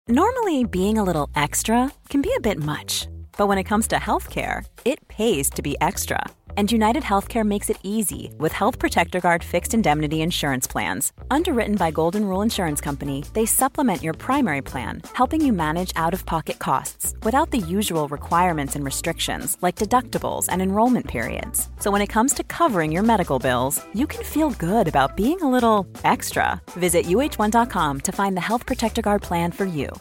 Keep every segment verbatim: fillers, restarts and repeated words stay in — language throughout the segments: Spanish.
Normally, being a little extra can be a bit much, but when it comes to healthcare, it pays to be extra. And United Healthcare makes it easy with Health Protector Guard fixed indemnity insurance plans. Underwritten by Golden Rule Insurance Company, they supplement your primary plan, helping you manage out-of-pocket costs without the usual requirements and restrictions like deductibles and enrollment periods. So when it comes to covering your medical bills, you can feel good about being a little extra. Visit U H one dot com to find the Health Protector Guard plan for you.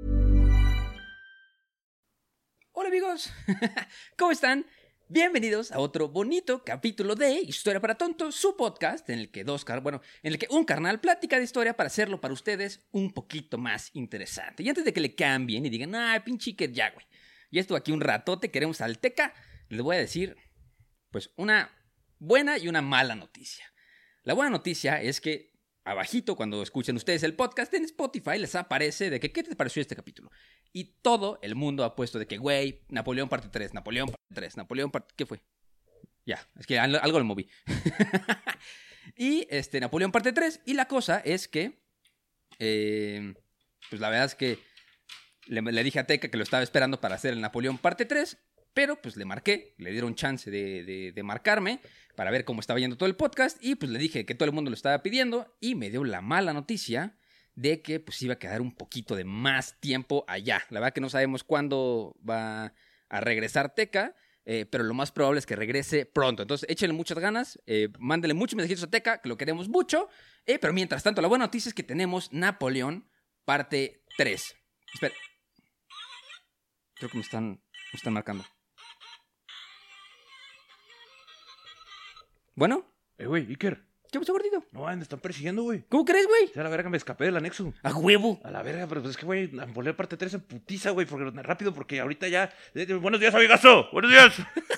Hola amigos, ¿cómo están? Bienvenidos a otro bonito capítulo de Historia para Tontos, su podcast en el que dos car- bueno, en el que un carnal platica de historia para hacerlo para ustedes un poquito más interesante. Y antes de que le cambien y digan, ay, pinche Iker, ya, güey, ya estuvo aquí un ratote, queremos al Teca, les voy a decir, pues, una buena y una mala noticia. La buena noticia es que abajito, cuando escuchen ustedes el podcast en Spotify, les aparece de que, ¿qué te pareció este capítulo? Y todo el mundo ha puesto de que, güey, Napoleón parte tres, Napoleón parte tres, Napoleón parte... ¿Qué fue? Ya, es que algo, algo lo moví. y este, Napoleón parte tres, y la cosa es que, eh, pues la verdad es que le, le dije a Teca que lo estaba esperando para hacer el Napoleón parte tres, pero pues le marqué, le dieron chance de, de, de marcarme para ver cómo estaba yendo todo el podcast, y pues le dije que todo el mundo lo estaba pidiendo, y me dio la mala noticia de que pues iba a quedar un poquito de más tiempo allá. La verdad que no sabemos cuándo va a regresar Teca, eh, pero lo más probable es que regrese pronto. Entonces échenle muchas ganas, eh, mándenle muchos mensajitos a Teca, que lo queremos mucho, eh, pero mientras tanto la buena noticia es que tenemos Napoleón parte tres. Espera. Creo que me están, me están marcando. ¿Bueno? Eh, güey, Iker. ¿Qué pasó, gordito? No, me están persiguiendo, güey. ¿Cómo crees, güey? A la verga, me escapé del anexo. ¡A huevo! A la verga, pero pues es que, güey, Napoleón parte tres en putiza, güey, porque rápido, porque ahorita ya... ¡Buenos días, amigazo! ¡Buenos días!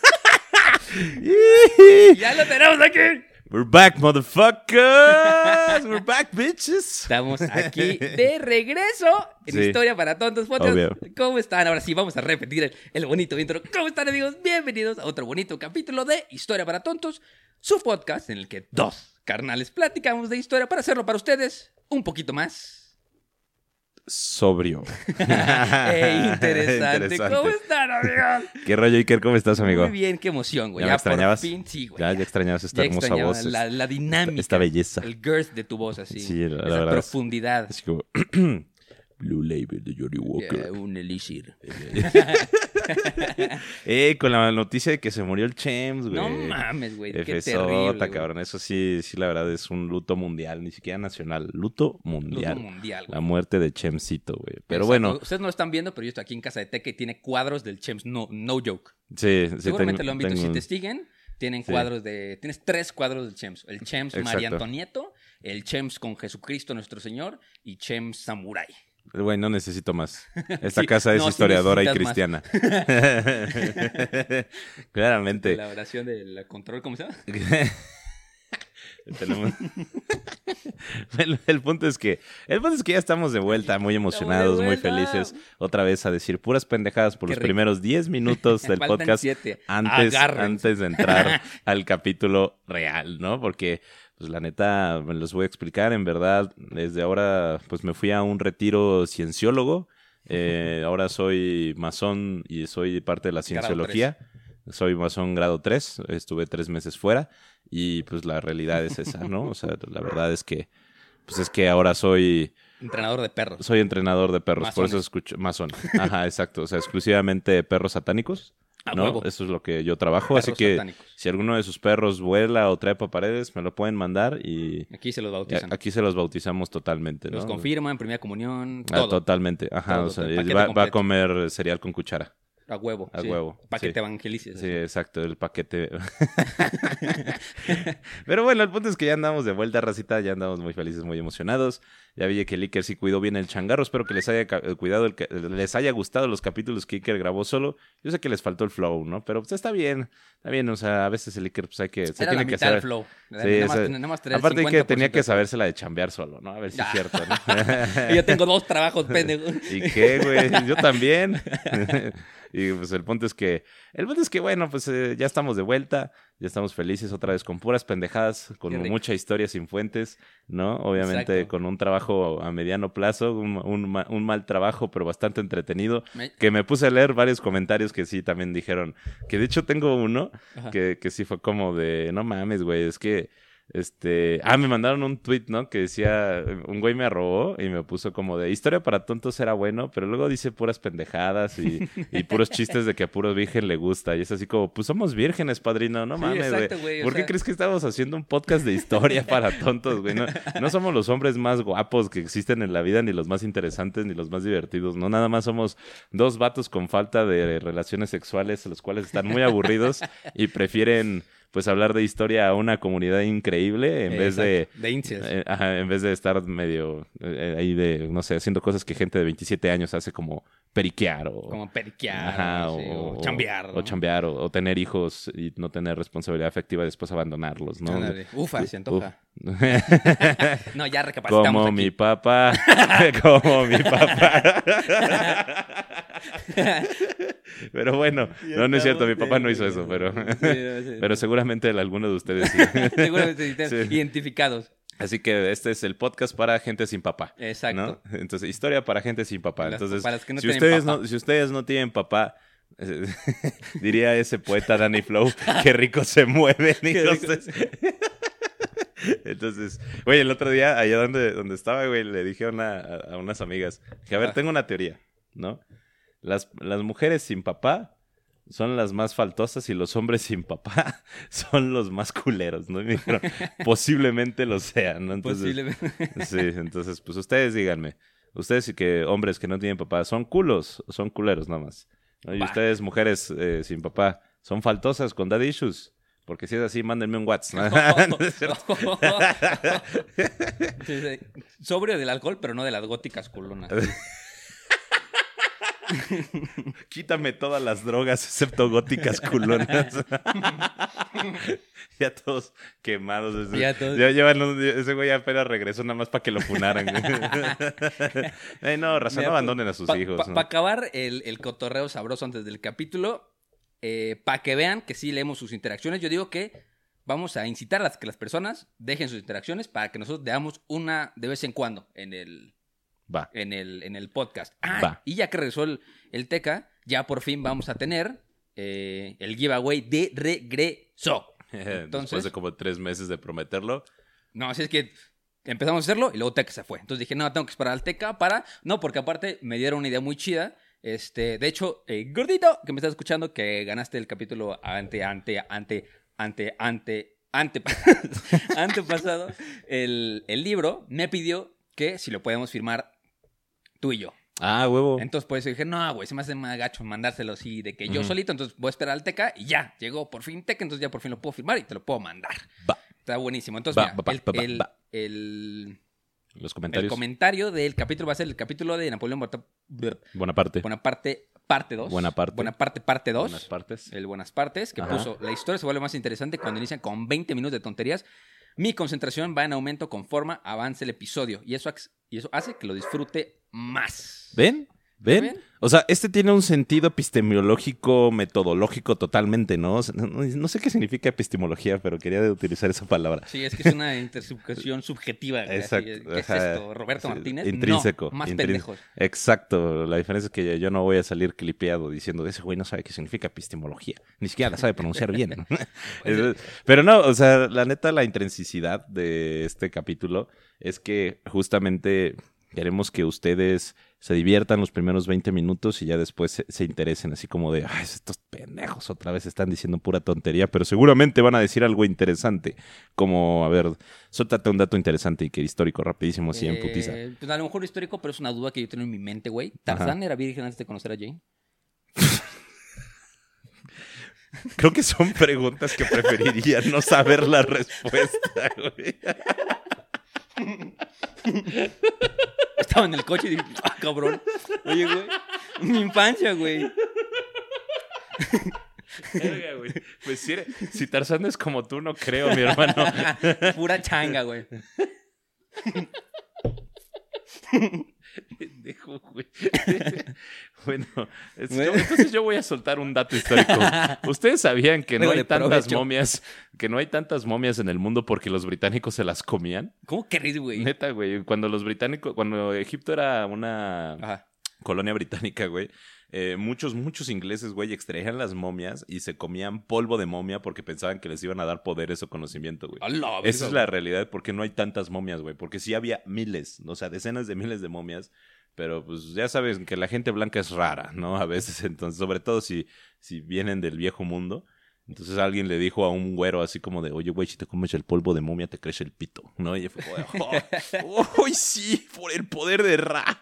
¡Ya lo tenemos aquí! We're back, motherfuckers! We're back, bitches! Estamos aquí de regreso en Sí. Historia para Tontos Podcast. Obvio. ¿Cómo están? Ahora sí, vamos a repetir el, el bonito intro. ¿Cómo están, amigos? Bienvenidos a otro bonito capítulo de Historia para Tontos, su podcast en el que dos carnales platicamos de historia para hacerlo para ustedes un poquito más Sobrio. eh, interesante. Interesante. ¿Cómo están, amigos? ¿Qué rollo, Iker? ¿Cómo estás, amigo? Muy bien, qué emoción, güey. ¿Ya me extrañabas? por fin, sí, güey. Ya, ya extrañabas esta Ya hermosa extrañaba voz. La, la dinámica. esta belleza. El girth de tu voz, así. Sí, la- la esa verdad es- profundidad. Así como... Blue Label de Johnny Walker. Yeah, un elixir. Eh, con la noticia de que se murió el Chems, güey. No mames, güey. Qué Efesota, terrible, güey. cabrón. Eso sí, sí, la verdad es un luto mundial, ni siquiera nacional. Luto mundial. Luto mundial, güey. La muerte de Chemcito, güey. Pero Exacto. bueno, Ustedes no lo están viendo, pero yo estoy aquí en casa de Teca y tiene cuadros del Chems. No, no joke. sí, sí. Seguramente tengo- lo han visto. tengo- Si te siguen, tienen Sí. cuadros de... Tienes tres cuadros del Chems. El Chems Exacto. María Antonieto, el Chems con Jesucristo nuestro Señor y Chems Samurai. Güey, no necesito más. Esta Sí, casa es no, sí historiadora y necesitas más. cristiana. Claramente. La oración del control, ¿cómo se llama? Tenemos... Bueno, el punto es que el punto es que ya estamos de vuelta, muy emocionados, muy vuelta. felices, otra vez a decir puras pendejadas por Qué los rico. primeros diez minutos del Faltan podcast siete. antes, Agárrense. antes de entrar al capítulo real, ¿no? Porque, pues la neta, me los voy a explicar, en verdad, desde ahora, pues me fui a un retiro cienciólogo, eh, ahora soy masón y soy parte de la cienciología. Soy masón grado tres, estuve tres meses fuera y pues la realidad es esa, ¿no? O sea, la verdad es que pues es que ahora soy Entrenador de perros. soy entrenador de perros, por eso Masones. escucho masón. Ajá, exacto, o sea, exclusivamente perros satánicos, A ¿no? huevo. Eso es lo que yo trabajo, así Perros que satánicos. si alguno de sus perros vuela o trepa paredes, me lo pueden mandar y Aquí se los y bautizan. aquí se los bautizamos totalmente, ¿no? Los confirman, primera comunión, Ah, todo. totalmente, ajá, Todo, o sea, todo, el paquete va, va a completo. comer cereal con cuchara. A huevo. A sí. huevo, Para que sí. te evangelices. Sí, exacto, el paquete. Pero bueno, el punto es que ya andamos de vuelta, racita, ya andamos muy felices, muy emocionados. Ya vi que el Iker sí cuidó bien el changarro, espero que les haya ca- cuidado, el ca- les haya gustado los capítulos que Iker grabó solo. Yo sé que les faltó el flow, ¿no? Pero pues está bien, está bien, o sea, a veces el Iker pues hay que, se Era la tiene que mitad saber. del flow. Sí, nada, más, o sea, nada más traer el aparte que cincuenta por tenía ciento que de flow. sabérsela de chambear solo, ¿no? A ver si es Ah. cierto, ¿no? Y yo tengo dos trabajos, pendejo. ¿Y qué, güey? Yo también. Y pues el punto es que, el punto es que, bueno, pues eh, ya estamos de vuelta. Ya estamos felices otra vez con puras pendejadas, con mucha historia sin fuentes, ¿no? Obviamente Exacto. con un trabajo a mediano plazo, un, un, un mal trabajo, pero bastante entretenido. Me... Que me puse a leer varios comentarios que sí también dijeron, que de hecho tengo uno que, que sí fue como de, no mames, güey, es que... Este, ah, me mandaron un tweet, ¿no? Que decía, un güey me arrobó y me puso como de, historia para tontos era bueno, pero luego dice puras pendejadas y, y puros chistes de que a puro virgen le gusta. Y es así como, pues somos vírgenes, padrino, no sí, mames, exacto, güey. ¿Por qué sea... crees que estamos haciendo un podcast de historia para tontos, güey? No, no somos los hombres más guapos que existen en la vida, ni los más interesantes, ni los más divertidos, ¿no? Nada más somos dos vatos con falta de relaciones sexuales, los cuales están muy aburridos y prefieren... pues hablar de historia a una comunidad increíble en eh, vez de... De incels. Eh, ajá, en vez de estar medio eh, ahí de, no sé, haciendo cosas que gente de veintisiete años hace como periquear o... Como periquear, ajá, o, sí, o, o chambear. ¿no? O chambear, o, o tener hijos y no tener responsabilidad afectiva y después abandonarlos, ¿no? Chándale. Ufa, se antoja. No, ya recapacitamos Como aquí. mi papá. Como mi papá. Pero bueno, no, no es cierto, mi papá no hizo eso, pero, sí, sí, pero seguramente alguno de ustedes sí. Seguramente sí. Identificados. Así que este es el podcast para gente sin papá. Exacto. ¿No? Entonces, historia para gente sin papá. Las, Entonces, para los que no si, tienen ustedes papá. No, si ustedes no tienen papá, eh, diría ese poeta Danny Flow, qué rico se mueven, hijos. Entonces, güey, el otro día, allá donde, donde estaba, güey, le dije a, una, a unas amigas que, a ver, tengo una teoría, ¿no? Las, las mujeres sin papá son las más faltosas y los hombres sin papá son los más culeros, ¿no? Y me dijeron, posiblemente lo sean, ¿no? Entonces, posiblemente. Sí, entonces, pues ustedes díganme, ustedes y que hombres que no tienen papá, ¿son culos o son culeros nada más? ¿No? Y bah. Ustedes, mujeres eh, sin papá, ¿son faltosas con daddy issues? Porque si es así, mándenme un WhatsApp. ¿No? Sí, sí. Sobrio del alcohol, pero no de las góticas culonas. Quítame todas las drogas excepto góticas culonas. Ya todos quemados. Ese, ya todos. Ya llevan un, ese güey apenas regresó nada más para que lo funaran. Ay, no, raza, Mira, no abandonen a sus pa, hijos. Para ¿no? pa acabar el, el cotorreo sabroso antes del capítulo, eh, para que vean que sí leemos sus interacciones, yo digo que vamos a incitar a que las personas dejen sus interacciones para que nosotros veamos una de vez en cuando en el... Va. En el, en el podcast. Ah, Va. Y ya que regresó el, el Teca, ya por fin vamos a tener eh, el giveaway de regreso. Entonces, después de como tres meses de prometerlo. No, así es que empezamos a hacerlo y luego Teca se fue. Entonces dije, no, tengo que esperar al Teca para... No, porque aparte me dieron una idea muy chida. Este, de hecho, eh, gordito, que me estás escuchando, que ganaste el capítulo ante, ante, ante, ante, ante, ante, antepasado, el, el libro me pidió que si lo podemos firmar tú y yo. Ah, huevo. Entonces, por eso dije, no, güey, se me hace más gacho mandárselo así de que yo uh-huh. solito. Entonces, voy a esperar al Teca y ya, llegó por fin Teca. Entonces, ya por fin lo puedo firmar y te lo puedo mandar. Va. Está buenísimo. Entonces, va, mira, va, el, va, el, va. el, Los comentarios. El comentario del capítulo va a ser el capítulo de Napoleón Bonaparte. Bonaparte, parte dos. Buenaparte. Bonaparte, parte dos. Buenas partes. El Buenas Partes, que Ajá. puso, la historia se vuelve más interesante cuando inician con veinte minutos de tonterías. Mi concentración va en aumento conforme avance el episodio. Y eso, y eso hace que lo disfrute más. ¿Ven? ¿Ven? ¿Ven? O sea, este tiene un sentido epistemológico, metodológico totalmente, ¿no? O sea, no, no sé qué significa epistemología, pero quería utilizar esa palabra. Sí, es que es una intersubjetivación subjetiva. Exacto. ¿Qué es esto? ¿Roberto sí, Martínez? Intrínseco. No, más intrínseco. pendejos. Exacto. La diferencia es que yo no voy a salir clipeado diciendo ese güey no sabe qué significa epistemología. Ni siquiera la sabe pronunciar bien. Pues, pero no, o sea, la neta, la intrinsicidad de este capítulo es que justamente queremos que ustedes se diviertan los primeros veinte minutos y ya después se, se interesen, así como de, ay, estos pendejos otra vez están diciendo pura tontería, pero seguramente van a decir algo interesante, como, a ver, suéltate un dato interesante y que histórico, rapidísimo, así eh, en putiza. Pues a lo mejor histórico, pero es una duda que yo tengo en mi mente, güey. ¿Tarzán Ajá. era virgen antes de conocer a Jane? Creo que son preguntas que preferiría no saber la respuesta, güey. Estaba en el coche y dije, ah, cabrón. Oye, güey, mi infancia, güey. Verga, güey. Pues si, eres, si Tarzán es como tú, no creo, mi hermano. Pura changa, güey. Pendejo, güey. Bueno, es- yo- entonces yo voy a soltar un dato histórico. ¿Ustedes sabían que no Luego hay de tantas provecho. momias, que no hay tantas momias en el mundo porque los británicos se las comían? ¿Cómo querés, güey? Neta, güey. Cuando los británicos, cuando Egipto era una Ajá. colonia británica, güey, eh, muchos, muchos ingleses, güey, extraían las momias y se comían polvo de momia porque pensaban que les iban a dar poderes o conocimiento, güey. A la verga, Esa es la realidad, porque no hay tantas momias, güey. Porque sí había miles, o sea, decenas de miles de momias. Pero pues ya sabes que la gente blanca es rara, ¿no? A veces, entonces, sobre todo si, si vienen del viejo mundo. Entonces alguien le dijo a un güero así como de, oye, güey, si te comes el polvo de momia te crece el pito, ¿no? Y fue como, oh, oh, sí, por el poder de Ra.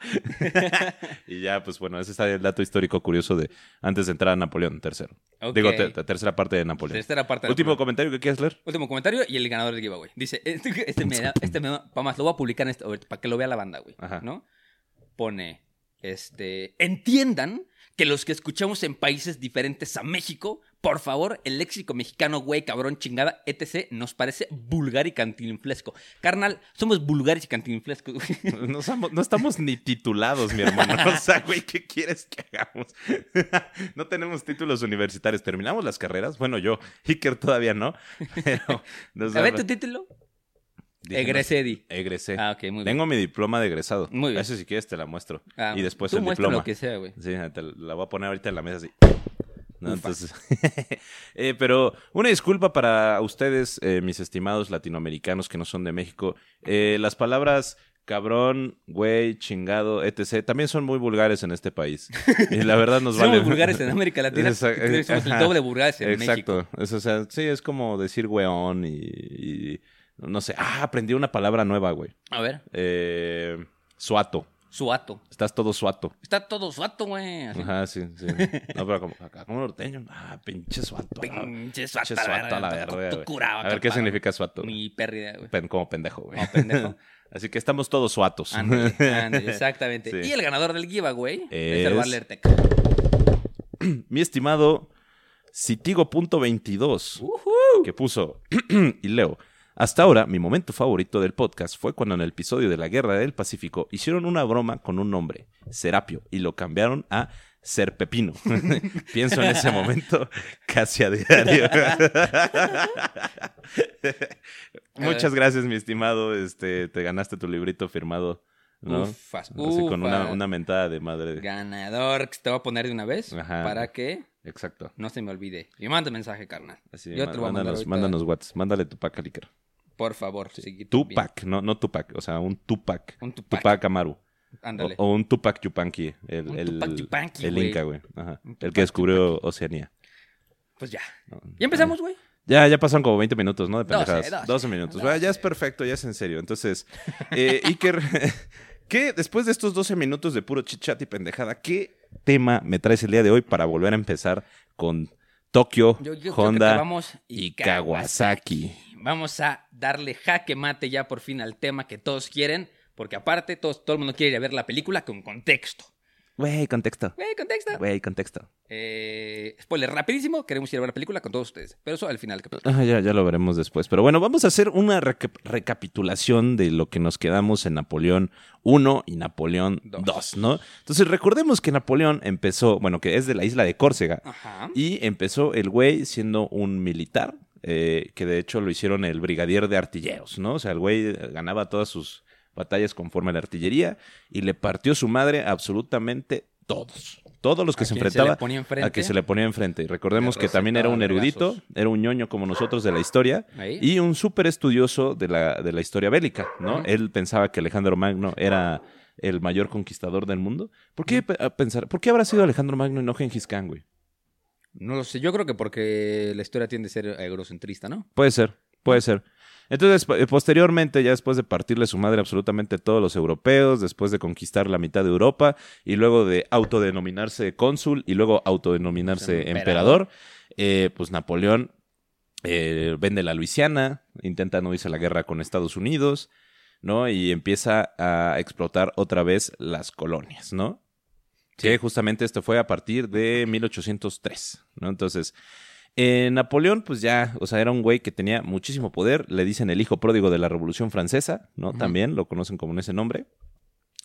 Y ya, pues bueno, ese está el dato histórico curioso de antes de entrar a Napoleón tercero. Ok. Digo, te- te- tercera parte de Napoleón. Tercera parte. de la Último prueba. comentario que quieras leer. Último comentario y el ganador del giveaway. Dice, este, este me da, este me da, pa' más, lo voy a publicar en este, para que lo vea la banda, güey. Ajá. ¿No? Pone, este, entiendan que los que escuchamos en países diferentes a México, por favor, el léxico mexicano, güey, cabrón, chingada, etcétera, nos parece vulgar y cantinflesco. Carnal, somos vulgares y cantinflescos, güey. No, somos- no estamos ni titulados, mi hermano. O sea, güey, ¿qué quieres que hagamos? No tenemos títulos universitarios. ¿Terminamos las carreras? Bueno, yo. Iker todavía no. Pero, nos A ver da- tu título. Dije, Egresé, di. Egresé. Ah, ok, muy bien. Tengo mi diploma de egresado. Muy bien. Eso si quieres te la muestro. Ah, y después tú el muestra diploma. lo que sea, güey. Sí, te la voy a poner ahorita en la mesa así. ¿No? Ufa. Entonces, eh, pero una disculpa para ustedes, eh, mis estimados latinoamericanos que no son de México. Eh, las palabras cabrón, güey, chingado, etcétera también son muy vulgares en este país. Y la verdad nos Somos vale. vulgares en América Latina. Esa- creo que somos el ajá. doble vulgares en México. Exacto. Es, o sea, sí, es como decir weón y, y no sé. Ah, aprendí una palabra nueva, güey. A ver, Eh, suato. suato. Estás todo suato. Está todo suato, güey. así. Ajá, sí, sí. No, pero como, acá como norteño. Ah, pinche suato. Ah, Pinche suato, pinche suato a la verga, verga, tú güey. curado, A ver qué capaz. significa suato. Mi pérdida, güey. Pen- como pendejo, güey. Como pendejo. Así que estamos todos suatos. Ándale, ándale, exactamente. Sí. Y el ganador del giveaway es, Es- el Barlertec. Mi estimado Citigo punto veintidós, que puso, y leo, hasta ahora mi momento favorito del podcast fue cuando en el episodio de la Guerra del Pacífico hicieron una broma con un nombre, Serapio, y lo cambiaron a Ser Pepino. Pienso en ese momento casi a diario. Muchas gracias, mi estimado. Este, te ganaste tu librito firmado, ¿no? Ufas, Así con una, ufas. una mentada de madre. Ganador, que te voy a poner de una vez Ajá. para que Exacto. no se me olvide. Y manda mensaje, carnal. Así, Yo má- te lo voy a mandar mándanos, ahorita. mándanos WhatsApp. Mándale tu pack al Iker. Por favor, seguito. bien. Tupac, no, no Tupac, o sea, un Tupac. Un Tupac. Tupac Amaru. Ándale. O, o un Tupac Yupanqui, el, Un el, Tupac Yupanqui, el güey. Inca, güey. Ajá. Un El Tupac que descubrió Oceanía. Pues ya. No, ¿Ya empezamos, güey? Ya, ya pasaron como veinte minutos, ¿no? De doce, pendejadas. doce, doce minutos. doce. Bueno, ya es perfecto, ya es en serio. Entonces, eh, Iker, ¿qué después de estos doce minutos de puro chit chat y pendejada, qué tema me traes el día de hoy para volver a empezar con Tokio, Yo- yo creo que Honda te vamos y Kawasaki? Vamos a darle jaque mate ya por fin al tema que todos quieren, porque aparte todos, todo el mundo quiere ir a ver la película con contexto. Güey, contexto. Güey, contexto. Güey, contexto. Eh, spoiler rapidísimo, queremos ir a ver la película con todos ustedes, pero eso al final del capítulo. Ah, ya, ya lo veremos después. Pero bueno, vamos a hacer una reca- recapitulación de lo que nos quedamos en Napoleón uno y Napoleón Dos. dos, ¿no? Entonces recordemos que Napoleón empezó, bueno, que es de la isla de Córcega, Ajá. y empezó el güey siendo un militar, eh, que de hecho lo hicieron el brigadier de artilleros, ¿no? O sea, el güey ganaba todas sus batallas conforme a la artillería y le partió su madre a absolutamente todos. Todos los que ¿A se quién se enfrentaba le ponía enfrente? a que se le ponía enfrente. Y recordemos Le que también era un recetaba erudito, vergazos. era un ñoño como nosotros de la historia Ahí. y un súper estudioso de la, de la historia bélica, ¿no? Ujú. Él pensaba que Alejandro Magno era el mayor conquistador del mundo. ¿Por qué pe- a pensar? ¿Por qué habrá sido Alejandro Magno y no Gengis Khan, güey? No lo sé, yo creo que porque la historia tiende a ser egocentrista, ¿no? Puede ser, puede ser. Entonces, po- posteriormente, ya después de partirle su madre absolutamente a todos los europeos, después de conquistar la mitad de Europa y luego de autodenominarse cónsul y luego autodenominarse Emperador. emperador, eh, pues Napoleón eh, vende la Luisiana, intenta no irse a la guerra con Estados Unidos, ¿no? Y empieza a explotar otra vez las colonias, ¿no? Que justamente esto fue a partir de mil ochocientos tres, ¿no? Entonces, eh, Napoleón, pues ya, o sea, era un güey que tenía muchísimo poder. Le dicen el hijo pródigo de la Revolución Francesa, ¿no? Ujú. También lo conocen como en ese nombre.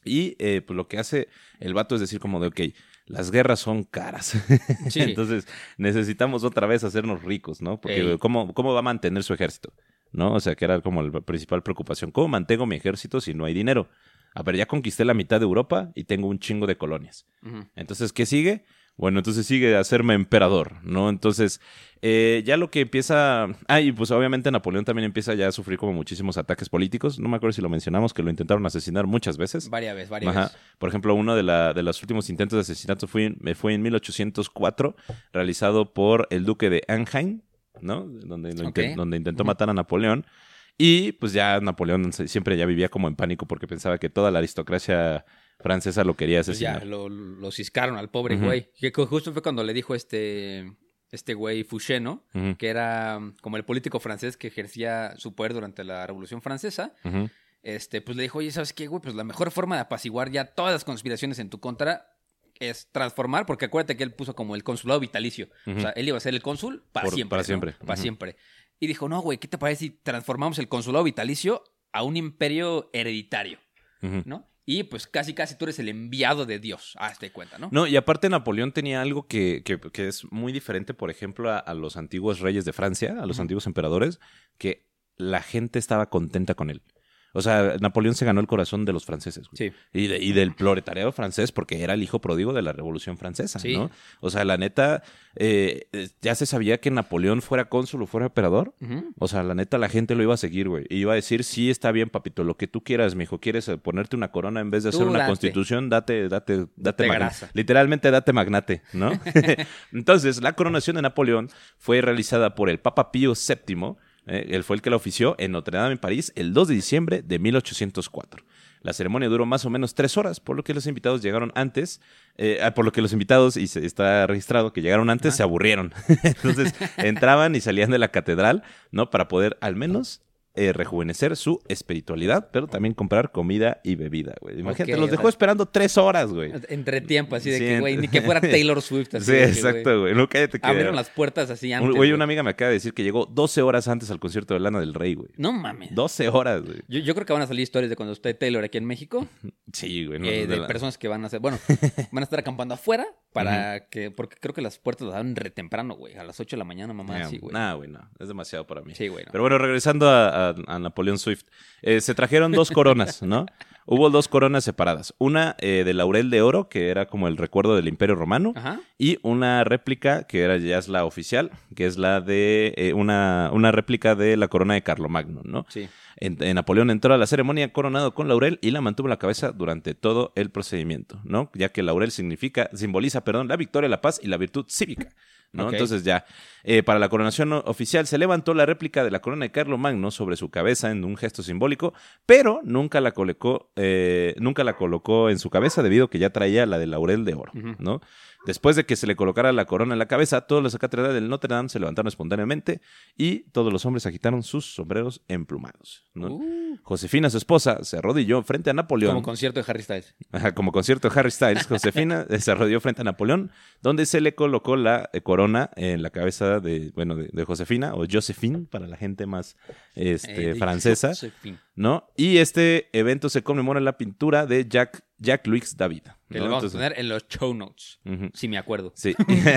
Y eh, pues lo que hace el vato es decir como de, ok, las guerras son caras. Sí. Entonces necesitamos otra vez hacernos ricos, ¿no? Porque ¿cómo, ¿cómo va a mantener su ejército? ¿No? O sea, que era como la principal preocupación. ¿Cómo mantengo mi ejército si no hay dinero? A ver, ya conquisté la mitad de Europa y tengo un chingo de colonias. Uh-huh. Entonces, ¿qué sigue? Bueno, entonces sigue a hacerme emperador, ¿no? Entonces, eh, ya lo que empieza... Ah, y pues obviamente Napoleón también empieza ya a sufrir como muchísimos ataques políticos. No me acuerdo si lo mencionamos, que lo intentaron asesinar muchas veces. Varias veces, varias Ajá. veces. Por ejemplo, uno de, la, de los últimos intentos de asesinato fue, fue en mil ochocientos cuatro, realizado por el duque de Anjou, ¿no? Donde, lo okay. intent, donde intentó uh-huh. matar a Napoleón. Y pues ya Napoleón siempre ya vivía como en pánico porque pensaba que toda la aristocracia francesa lo quería asesinar. Pues ya, lo, lo ciscaron al pobre uh-huh. güey. Que justo fue cuando le dijo este, este güey Fouché, ¿no? Uh-huh. Que era como el político francés que ejercía su poder durante la Revolución Francesa. Uh-huh. Este, pues le dijo, oye, ¿sabes qué, güey? Pues la mejor forma de apaciguar ya todas las conspiraciones en tu contra es transformar, porque acuérdate que él puso como el consulado vitalicio. Uh-huh. O sea, él iba a ser el cónsul para Por, siempre. Para ¿no? siempre. Para uh-huh. siempre. Y dijo, no, güey, ¿qué te parece si transformamos el consulado vitalicio a un imperio hereditario? Uh-huh. ¿No? Y pues casi casi tú eres el enviado de Dios. Hazte cuenta, ¿no? No, y aparte Napoleón tenía algo que, que, que es muy diferente, por ejemplo, a, a los antiguos reyes de Francia, a los uh-huh. antiguos emperadores, que la gente estaba contenta con él. O sea, Napoleón se ganó el corazón de los franceses. Güey. Sí. Y, de, y del proletariado francés, porque era el hijo pródigo de la Revolución Francesa, sí. ¿no? O sea, la neta, eh, ya se sabía que Napoleón fuera cónsul o fuera emperador. Uh-huh. O sea, la neta, la gente lo iba a seguir, güey. Y iba a decir, sí, está bien, papito, lo que tú quieras, mijo. ¿Quieres ponerte una corona en vez de tú hacer una date. constitución? Date, date, date, date magnate. Literalmente, date magnate, ¿no? Entonces, la coronación de Napoleón fue realizada por el Papa Pío séptimo. Eh, él fue el que la ofició en Notre Dame, en París, el dos de diciembre de mil ochocientos cuatro. La ceremonia duró más o menos tres horas, por lo que los invitados llegaron antes, eh, por lo que los invitados, y se, está registrado que llegaron antes, ah. se aburrieron. Entonces entraban y salían de la catedral, ¿no? Para poder al menos eh, rejuvenecer su espiritualidad, pero también comprar comida y bebida, güey. Imagínate, okay, los dejó o sea, esperando tres horas, güey. Entre tiempo, así de sí, que, güey, ni que fuera Taylor Swift. Así sí, de que, exacto, güey. No, cállate que... Abrieron las puertas así antes. Güey, una amiga me acaba de decir que llegó doce horas antes al concierto de Lana del Rey, güey. No mames. doce horas, güey. Yo, yo creo que van a salir historias de cuando esté Taylor aquí en México. Sí, güey. No, eh, de de la... personas que van a hacer... Bueno, van a estar acampando afuera para uh-huh. que... Porque creo que las puertas las dan re temprano, güey. A las ocho de la mañana, mamá, nah, sí, güey. Nah, güey, no. Es demasiado para mí. Sí, güey. No. Pero bueno, regresando a, a, a Napoleón Swift. Eh, se trajeron dos coronas, ¿no? Hubo dos coronas separadas. Una eh, de laurel de oro, que era como el recuerdo del Imperio Romano. Ajá. Y una réplica, que era ya es la oficial, que es la de eh, una, una réplica de la corona de Carlomagno, ¿no? Sí. En, en Napoleón entró a la ceremonia coronado con laurel y la mantuvo en la cabeza durante todo el procedimiento, ¿no? Ya que laurel significa, simboliza, perdón, la victoria, la paz y la virtud cívica, ¿no? Okay. Entonces ya, eh, para la coronación oficial se levantó la réplica de la corona de Carlomagno sobre su cabeza en un gesto simbólico, pero nunca la colocó, eh, nunca la colocó en su cabeza debido a que ya traía la de laurel de oro, uh-huh. ¿no? Después de que se le colocara la corona en la cabeza, todos los catedrales del Notre Dame se levantaron espontáneamente y todos los hombres agitaron sus sombreros emplumados, ¿no? Uh. Josefina, su esposa, se arrodilló frente a Napoleón. Como concierto de Harry Styles. Ajá, como concierto de Harry Styles. Josefina se arrodilló frente a Napoleón, donde se le colocó la corona en la cabeza de, bueno, de, de Josefina, o Josephine, para la gente más este, eh, francesa, Josephine. ¿No? Y este evento se conmemora en la pintura de Jacques Jacques-Louis David. Que ¿no? lo vamos Entonces, a poner en los show notes, uh-huh. si me acuerdo. Sí.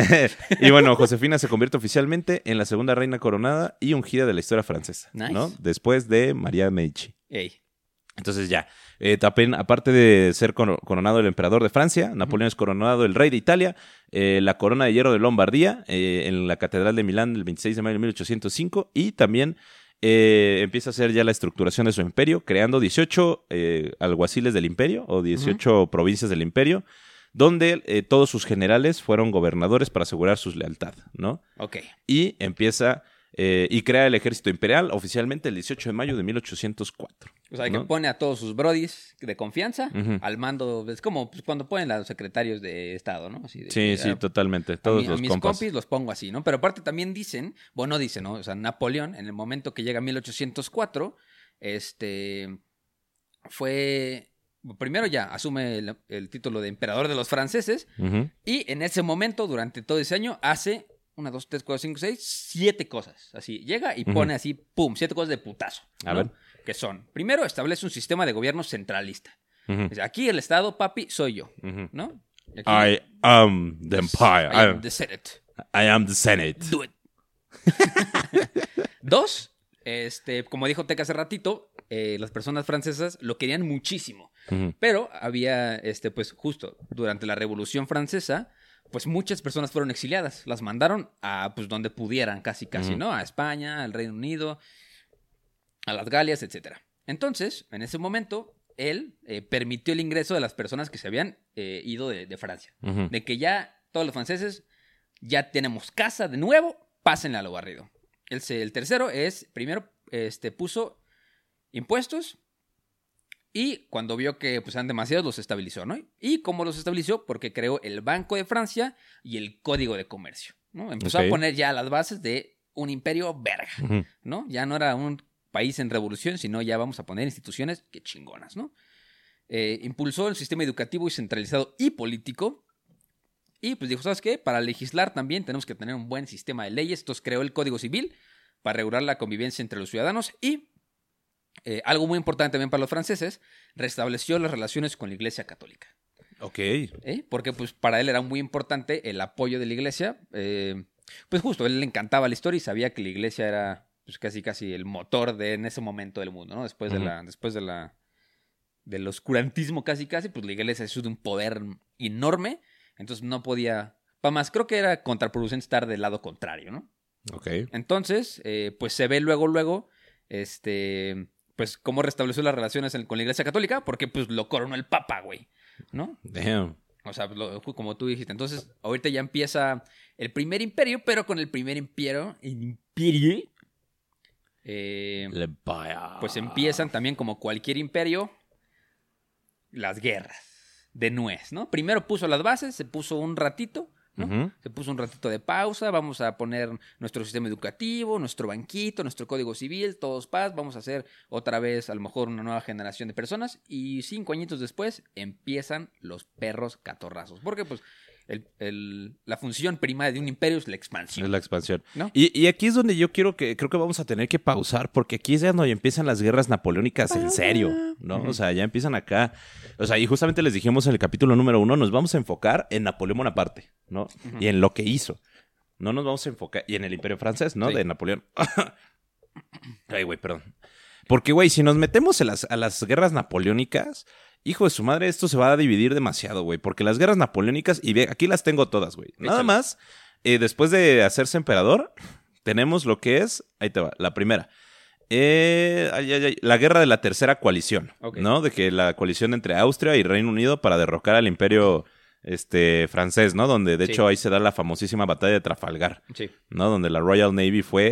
Y bueno, Josefina se convierte oficialmente en la segunda reina coronada y ungida de la historia francesa, nice. ¿no? Después de María Medici. Ey. Entonces ya, eh, también, aparte de ser coronado el emperador de Francia, Napoleón uh-huh. es coronado el rey de Italia, eh, la corona de hierro de Lombardía eh, en la Catedral de Milán el veintiséis de mayo de mil ochocientos cinco y también... Eh, empieza a hacer ya la estructuración de su imperio, creando dieciocho eh, alguaciles del imperio o dieciocho uh-huh. provincias del imperio, donde eh, todos sus generales fueron gobernadores para asegurar su lealtad, ¿no? Ok. Y empieza eh, y crea el ejército imperial oficialmente el dieciocho de mayo de mil ochocientos cuatro. O sea, ¿no? que pone a todos sus brodis de confianza uh-huh. al mando. Es como pues, cuando ponen a los secretarios de Estado, ¿no? Así de, sí, que, sí, a, totalmente. Todos a, mi, los a mis compas. compis los pongo así, ¿no? Pero aparte también dicen, bueno, no dicen, ¿no? O sea, Napoleón, en el momento que llega a mil ochocientos cuatro, este, fue... Primero ya asume el, el título de emperador de los franceses uh-huh. y en ese momento, durante todo ese año, hace... Una, dos, tres, cuatro, cinco, seis, siete cosas. Así, llega y uh-huh. pone así, pum, siete cosas de putazo. A ¿no? ver. Que son, primero, establece un sistema de gobierno centralista. Ujú. Dice, aquí el Estado, papi, soy yo, Ujú. ¿no? Y aquí- I am the empire. I I am the Senate. I am the Senate. Do it. Dos, este, como dijo Teca hace ratito, eh, las personas francesas lo querían muchísimo. Ujú. Pero había, este, pues justo durante la Revolución Francesa, pues muchas personas fueron exiliadas. Las mandaron a, pues, donde pudieran, casi, casi, Ujú. ¿no? A España, al Reino Unido, a las Galias, etcétera. Entonces, en ese momento, él eh, permitió el ingreso de las personas que se habían eh, ido de, de Francia. Ujú. De que ya todos los franceses ya tenemos casa de nuevo, pásenle a lo barrido. El, se- el tercero es, primero, este, puso impuestos y cuando vio que pues, eran demasiados, los estabilizó, ¿no? ¿Y cómo los estableció? Porque creó el Banco de Francia y el Código de Comercio, ¿no? Empezó Ok. a poner ya las bases de un imperio verga, Ujú. ¿no? Ya no era un país en revolución, sino ya vamos a poner instituciones que chingonas, ¿no? Eh, impulsó el sistema educativo y centralizado y político. Y pues dijo, ¿sabes qué? Para legislar también tenemos que tener un buen sistema de leyes. Entonces creó el Código Civil para regular la convivencia entre los ciudadanos. Y eh, algo muy importante también para los franceses, restableció las relaciones con la Iglesia Católica. Ok. ¿eh? Porque pues para él era muy importante el apoyo de la Iglesia. Eh, pues justo, a él le encantaba la historia y sabía que la Iglesia era pues casi casi el motor de en ese momento del mundo, ¿no? Después de Ujú. la, después de la, del oscurantismo casi casi, pues la Iglesia es de un poder enorme. Entonces no podía, para más, creo que era contraproducente estar del lado contrario, ¿no? Ok. Entonces, eh, pues se ve luego, luego, este, pues cómo restableció las relaciones en- con la Iglesia Católica, porque pues lo coronó el Papa, güey, ¿no? Damn. O sea, lo- como tú dijiste. Entonces, ahorita ya empieza el primer imperio, pero con el primer imperio, el imperio, eh, El empire. pues empiezan también como cualquier imperio, las guerras de nuez, ¿no? Primero puso las bases, se puso un ratito, ¿no? Ujú. Se puso un ratito de pausa, vamos a poner nuestro sistema educativo, nuestro banquito, nuestro código civil, todos paz, vamos a hacer otra vez a lo mejor una nueva generación de personas y cinco añitos después empiezan los perros catorrazos, porque pues el, el- la función primaria de un imperio es la expansión, Es la expansión. ¿no? Y, y aquí es donde yo quiero que, creo que vamos a tener que pausar, porque aquí es donde empiezan las guerras napoleónicas en serio, ¿no? Ujú. O sea, ya empiezan acá. O sea, y justamente les dijimos en el capítulo número uno, nos vamos a enfocar en Napoleón Bonaparte, ¿no? Ujú. Y en lo que hizo. No nos vamos a enfocar, y en el Imperio Francés, ¿no? Sí. De Napoleón. Ay, güey, perdón. Porque, güey, si nos metemos en las, a las guerras napoleónicas, hijo de su madre, esto se va a dividir demasiado, güey. Porque las guerras napoleónicas, y ve, aquí las tengo todas, güey. Nada Échale. más, eh, después de hacerse emperador, tenemos lo que es, ahí te va, la primera. Eh, ay, ay, ay, la guerra de la tercera coalición, Ok. ¿no? De que la coalición entre Austria y Reino Unido para derrocar al imperio este, francés, ¿no? Donde de Sí. hecho ahí se da la famosísima batalla de Trafalgar, Sí. ¿no? Donde la Royal Navy fue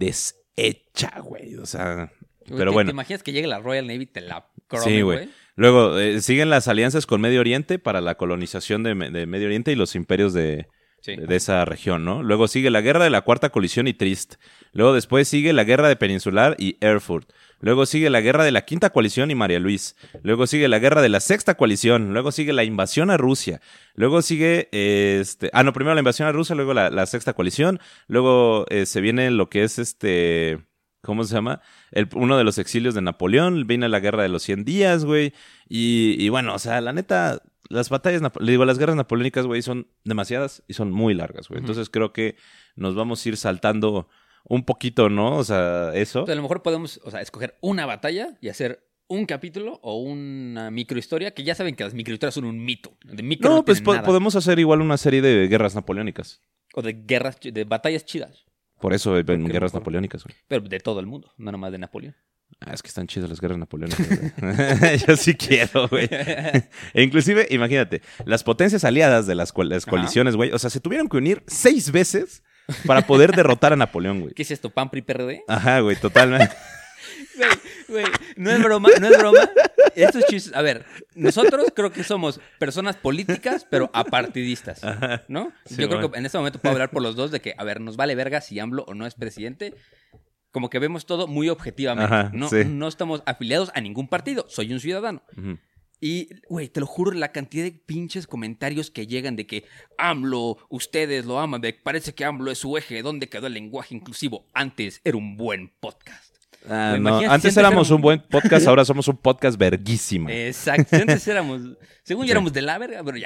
deshecha, güey. O sea, Güey, pero ¿te- bueno. ¿Te imaginas que llegue la Royal Navy y te la crome, Sí, güey. Luego eh, siguen las alianzas con Medio Oriente para la colonización de, Me- de Medio Oriente y los imperios de, Sí. de esa región, ¿no? Luego sigue la guerra de la Cuarta Coalición y Trist. Luego después sigue la guerra de Peninsular y Erfurt. Luego sigue la guerra de la Quinta Coalición y María Luis. Luego sigue la guerra de la Sexta Coalición. Luego sigue la invasión a Rusia. Luego sigue, eh, este... Ah, no, primero la invasión a Rusia, luego la, la Sexta Coalición. Luego eh, se viene lo que es este... ¿Cómo se llama? El, uno de los exilios de Napoleón. Viene la guerra de los cien días, güey. Y, y bueno, o sea, la neta... Las batallas, napo- le digo, las guerras napoleónicas, güey, son demasiadas y son muy largas, güey. Ujú. Entonces creo que nos vamos a ir saltando un poquito, ¿no? O sea, eso. Entonces, a lo mejor podemos, o sea, escoger una batalla y hacer un capítulo o una microhistoria, que ya saben que las microhistorias son un mito. De micro No, no pues tienen po- nada. podemos hacer igual una serie de guerras napoleónicas. O de guerras, chi- de batallas chidas. Por eso, eh, en qué guerras mejor? napoleónicas, güey. Pero de todo el mundo, no nomás de Napoleón. Ah, es que están chidas las guerras napoleónicas, güey. Yo sí quiero, güey. E inclusive, imagínate, las potencias aliadas de las, co- las Ajá. coaliciones, güey, o sea, se tuvieron que unir seis veces para poder derrotar a Napoleón, güey. ¿Qué es esto? ¿P A N, P R I, P R D? Ajá, güey, totalmente. Güey, güey, no es broma, no es broma. Estos chistes, a ver, nosotros creo que somos personas políticas, pero apartidistas, ¿no? Sí, Yo creo bueno. que en este momento puedo hablar por los dos de que, a ver, nos vale verga si AMLO o no es presidente. Como que vemos todo muy objetivamente. Ajá, no, sí. no estamos afiliados a ningún partido. Soy un ciudadano. Ujú. Y, güey, te lo juro, la cantidad de pinches comentarios que llegan de que AMLO, ustedes lo aman, de parece que AMLO es su eje, ¿dónde quedó el lenguaje inclusivo? Antes era un buen podcast. Ah, Güey, no. imagínate si Antes éramos un buen podcast, ahora somos un podcast verguísima. Exacto. Antes éramos... Según Sí. yo éramos de la verga, pero ya.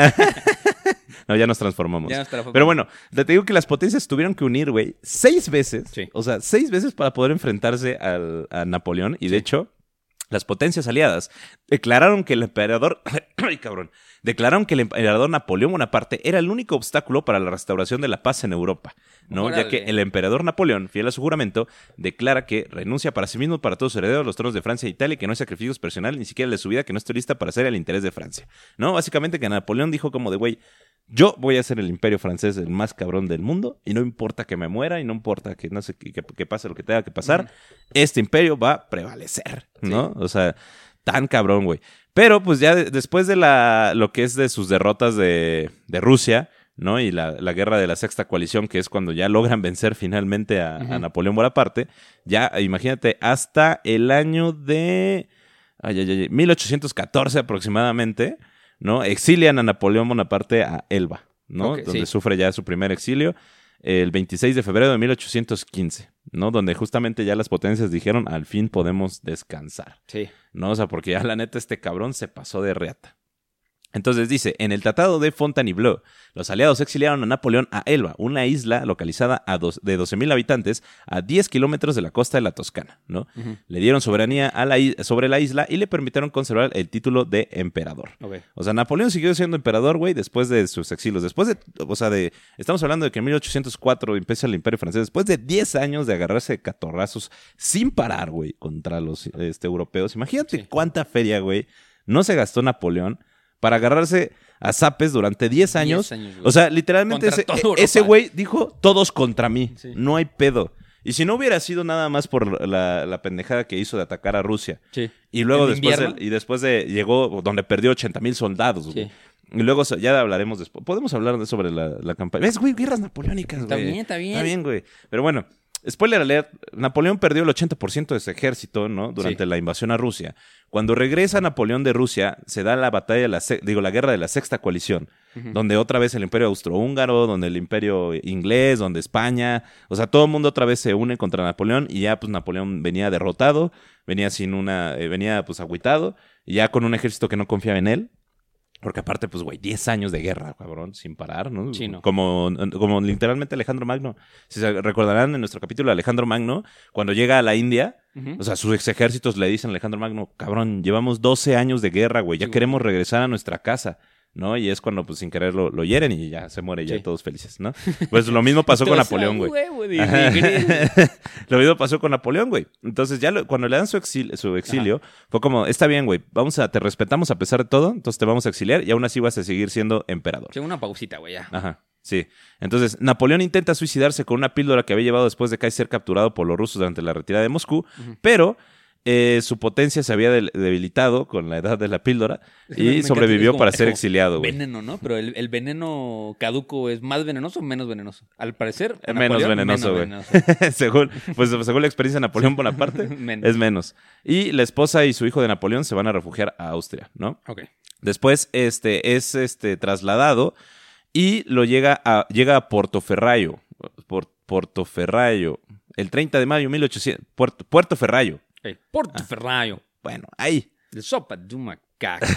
No, ya nos transformamos. Ya nos transformamos. Pero bueno, te digo que las potencias tuvieron que unir, güey, seis veces. Sí. O sea, seis veces para poder enfrentarse al, a Napoleón. Y de hecho, las potencias aliadas declararon que el emperador... ¡Ay, cabrón! Declararon que el emperador Napoleón Bonaparte era el único obstáculo para la restauración de la paz en Europa, ¿no? Órale. Ya que el emperador Napoleón, fiel a su juramento, declara que renuncia para sí mismo, para todos sus herederos, los tronos de Francia e Italia, y que no hay sacrificios personales, ni siquiera de su vida, que no esté lista para hacer el interés de Francia, ¿no? Básicamente que Napoleón dijo como de, güey, yo voy a ser el imperio francés el más cabrón del mundo, y no importa que me muera, y no importa que no sé que, que, que pase lo que tenga que pasar, Ujú. este imperio va a prevalecer, ¿no? O sea, tan cabrón, güey. Pero pues ya de- después de la lo que es de sus derrotas de, de Rusia, ¿no? Y la, la guerra de la Sexta Coalición, que es cuando ya logran vencer finalmente a, Ujú. a Napoleón Bonaparte, ya imagínate, hasta el año de ay, ay, ay, mil ochocientos catorce aproximadamente, ¿no? Exilian a Napoleón Bonaparte a Elba, ¿no? Ok, Donde sí. sufre ya su primer exilio el veintiséis de febrero de mil ochocientos quince, ¿no? Donde justamente ya las potencias dijeron, al fin podemos descansar. Sí. ¿No? O sea, porque ya la neta este cabrón se pasó de reata. Entonces dice, en el Tratado de Fontainebleau, los aliados exiliaron a Napoleón a Elba, una isla localizada a dos, de doce mil habitantes a diez kilómetros de la costa de la Toscana, ¿no? Ujú. Le dieron soberanía a la, is- sobre la isla y le permitieron conservar el título de emperador. Ok. O sea, Napoleón siguió siendo emperador, güey, después de sus exilios. Después de, o sea, de, estamos hablando de que en mil ochocientos cuatro empieza el Imperio Francés. Después de diez años de agarrarse de catorrazos sin parar, güey, contra los este, europeos. Imagínate Sí. cuánta feria, güey, no se gastó Napoleón para agarrarse a zapes durante diez años. diez años, güey. O sea, literalmente Contra ese, toda Europa. ese güey dijo, todos contra mí. Sí. No hay pedo. Y si no hubiera sido nada más por la, la pendejada que hizo de atacar a Rusia, Sí. y luego ¿En después de, invierno? y después de llegó donde perdió ochenta mil soldados, güey. Sí. Y luego so- ya hablaremos después. Podemos hablar de sobre la, la campaña. ¿Ves, güey? Guerras napoleónicas, güey. Está bien, está bien. Está bien, güey. Pero bueno, spoiler alert, Napoleón perdió el ochenta por ciento de su ejército, ¿no? Durante Sí. la invasión a Rusia. Cuando regresa Napoleón de Rusia, se da la batalla de la, se- digo, la guerra de la Sexta Coalición, Ujú. donde otra vez el Imperio Austrohúngaro, donde el Imperio Inglés, donde España, o sea, todo el mundo otra vez se une contra Napoleón y ya pues Napoleón venía derrotado, venía sin una, eh, venía pues agüitado, y ya con un ejército que no confiaba en él. Porque aparte, pues, güey, diez años de guerra, cabrón, sin parar, ¿no? Sí, no. Como, como literalmente Alejandro Magno. Si se recordarán en nuestro capítulo de Alejandro Magno, cuando llega a la India, Ujú. o sea, sus ex ejércitos le dicen a Alejandro Magno, cabrón, llevamos doce años de guerra, güey, ya Sí, queremos regresar a nuestra casa, ¿no? Y es cuando, pues, sin querer lo, lo hieren y ya se muere, ya Sí. todos felices, ¿no? Pues lo mismo pasó con Entonces, Napoleón, ah, güey. huevo de- de gris. Lo mismo pasó con Napoleón, güey. Entonces, ya lo- cuando le dan su, exil- su exilio, fue como, está bien, güey, vamos a, te respetamos a pesar de todo, entonces te vamos a exiliar y aún así vas a seguir siendo emperador. Sí, una pausita, güey, ya. Ajá, sí. Entonces, Napoleón intenta suicidarse con una píldora que había llevado después de casi ser capturado por los rusos durante la retirada de Moscú, Ujú. pero eh, su potencia se había del- debilitado con la edad de la píldora Es que me- me y encanta, sobrevivió es como- para es ser como exiliado, güey. Veneno, ¿no? Pero el, el veneno caduco es más venenoso o menos venenoso. Al parecer, Eh, con menos Napoleón, venenoso, güey. venenoso. según, pues, según la experiencia de Napoleón Bonaparte, Menos. es menos. Y la esposa y su hijo de Napoleón se van a refugiar a Austria, ¿no? Ok. Después este, es este, trasladado y lo llega a, llega a Portoferraio. Por, Portoferraio. El treinta de mayo de mil ochocientos. Puerto, Puerto Ferraio. Ok. Portoferraio. Bueno, ahí. De sopa de un macaco.